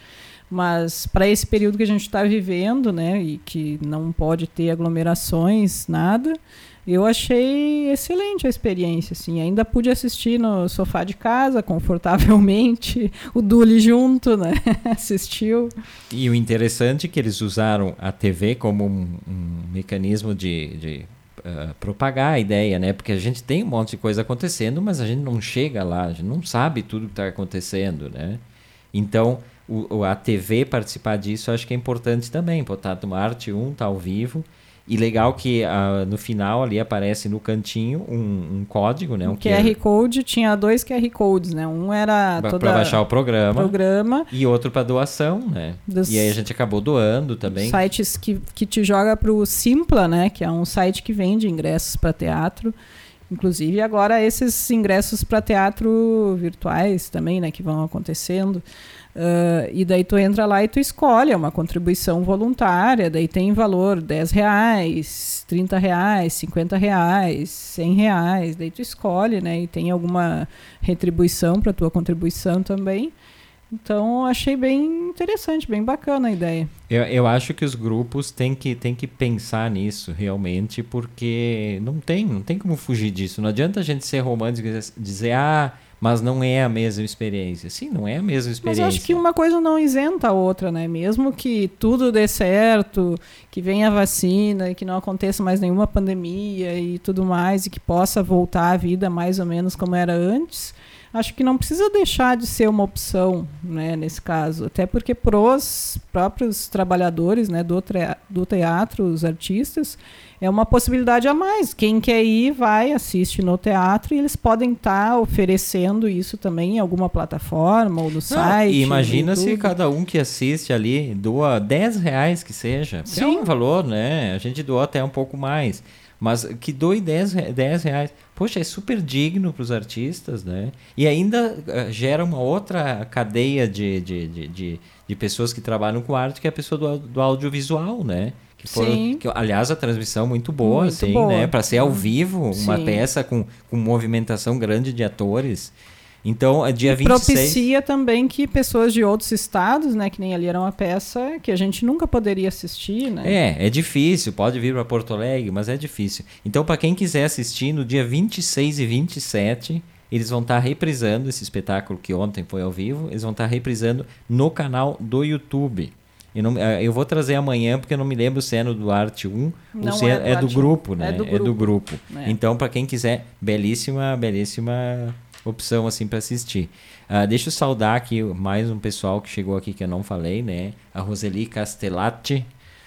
Mas para esse período que a gente está vivendo, né? E que não pode ter aglomerações, nada... Eu achei excelente a experiência, assim. Ainda pude assistir no sofá de casa, confortavelmente. O Duli junto, né? Assistiu. E o interessante é que eles usaram a T V como um, um mecanismo de, de uh, propagar a ideia, né? Porque a gente tem um monte de coisa acontecendo, mas a gente não chega lá, a gente não sabe tudo que está acontecendo, né? Então, o, a T V participar disso, eu acho que é importante também. Botar uma Arte um, tá ao vivo. E legal que uh, no final ali aparece no cantinho um, um código, né? Um Q R Code, tinha dois Q R Codes, né? Um era para baixar o programa, programa e outro para doação, né? Dos e aí a gente acabou doando também. Sites que, que te joga para o Simpla, né? Que é um site que vende ingressos para teatro. Inclusive agora esses ingressos para teatro virtuais também, né? Que vão acontecendo. Uh, e daí tu entra lá e tu escolhe, é uma contribuição voluntária, daí tem valor dez reais, trinta reais, cinquenta reais, cem reais, daí tu escolhe, né? E tem alguma retribuição para tua contribuição também. Então, achei bem interessante, bem bacana a ideia. Eu, eu acho que os grupos têm que, têm que pensar nisso, realmente, porque não tem, não tem como fugir disso. Não adianta a gente ser romântico e dizer, ah, mas não é a mesma experiência. Sim, não é a mesma experiência. Mas acho que uma coisa não isenta a outra, né? Mesmo que tudo dê certo, que venha a vacina e que não aconteça mais nenhuma pandemia e tudo mais, e que possa voltar a vida mais ou menos como era antes, acho que não precisa deixar de ser uma opção, né, nesse caso. Até porque para os próprios trabalhadores, né, do, do teatro, os artistas, é uma possibilidade a mais. Quem quer ir, vai, assiste no teatro e eles podem estar tá oferecendo isso também em alguma plataforma ou no site. E imagina se cada um que assiste ali doa dez reais que seja. Sim. É um valor, né? A gente doa até um pouco mais. Mas que doe dez reais. Poxa, é super digno para os artistas, né? E ainda uh, gera uma outra cadeia de, de, de, de, de pessoas que trabalham com arte, que é a pessoa do, do audiovisual, né? Que foram, Sim. Que, aliás, a transmissão muito boa, muito assim, boa. né? Para ser ao vivo, uma Sim. peça com, com movimentação grande de atores. Então, dia vinte e seis... Propicia também que pessoas de outros estados, né, que nem ali era uma peça que a gente nunca poderia assistir, né? É, é difícil, pode vir para Porto Alegre, mas é difícil. Então, para quem quiser assistir, no dia vinte e seis e vinte e sete, eles vão estar reprisando esse espetáculo que ontem foi ao vivo, eles vão estar reprisando no canal do YouTube. Eu, não, eu vou trazer amanhã, porque eu não me lembro se é no do Arte um não ou se é, é, do, é do grupo, né? É do grupo. É do grupo. É. Então, para quem quiser, belíssima, belíssima opção assim para assistir. Uh, deixa eu saudar aqui mais um pessoal que chegou aqui que eu não falei, né? A Roseli Castellatti,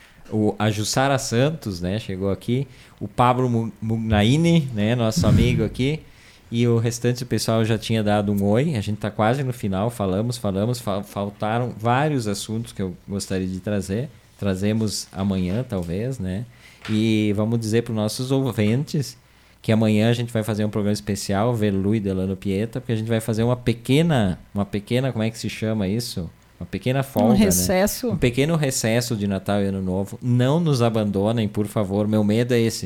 o, a Jussara Santos, né? Chegou aqui. O Pablo Mugnaini, né? Nosso amigo aqui. E o restante do pessoal já tinha dado um oi. A gente está quase no final. Falamos, falamos. Fa- faltaram vários assuntos que eu gostaria de trazer. Trazemos amanhã, talvez, né? E vamos dizer para os nossos ouvintes que amanhã a gente vai fazer um programa especial, Velu e Delano Pieta, porque a gente vai fazer uma pequena, uma pequena, como é que se chama isso? Uma pequena folga, um recesso. Né? Um pequeno recesso de Natal e Ano Novo. Não nos abandonem, por favor. Meu medo é esse.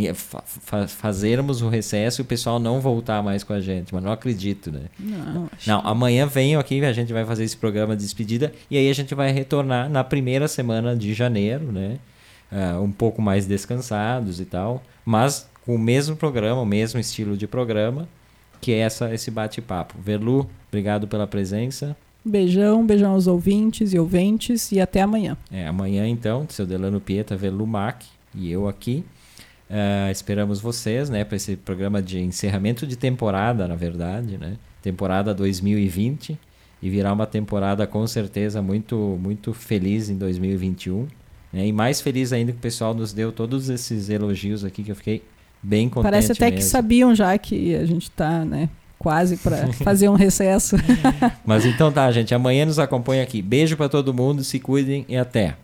Fa- fazermos o recesso e o pessoal não voltar mais com a gente, mas não acredito, né? Não, não amanhã venham aqui, a gente vai fazer esse programa de despedida e aí a gente vai retornar na primeira semana de janeiro, né? Uh, um pouco mais descansados e tal, mas com o mesmo programa, o mesmo estilo de programa, que é essa, esse bate-papo. Verlu, obrigado pela presença. Beijão, beijão aos ouvintes e ouventes e até amanhã. É, amanhã, então, seu Delano Pieta, Verlu Mac e eu aqui. Uh, esperamos vocês, né, para esse programa de encerramento de temporada, na verdade, né? Temporada dois mil e vinte, e virá uma temporada com certeza muito, muito feliz em dois mil e vinte e um. Né? E mais feliz ainda que o pessoal nos deu todos esses elogios aqui, que eu fiquei bem contente. Parece até mesmo. Que sabiam já que a gente está, né, quase para fazer um recesso. Mas então tá, gente. Amanhã nos acompanha aqui. Beijo para todo mundo, se cuidem e até.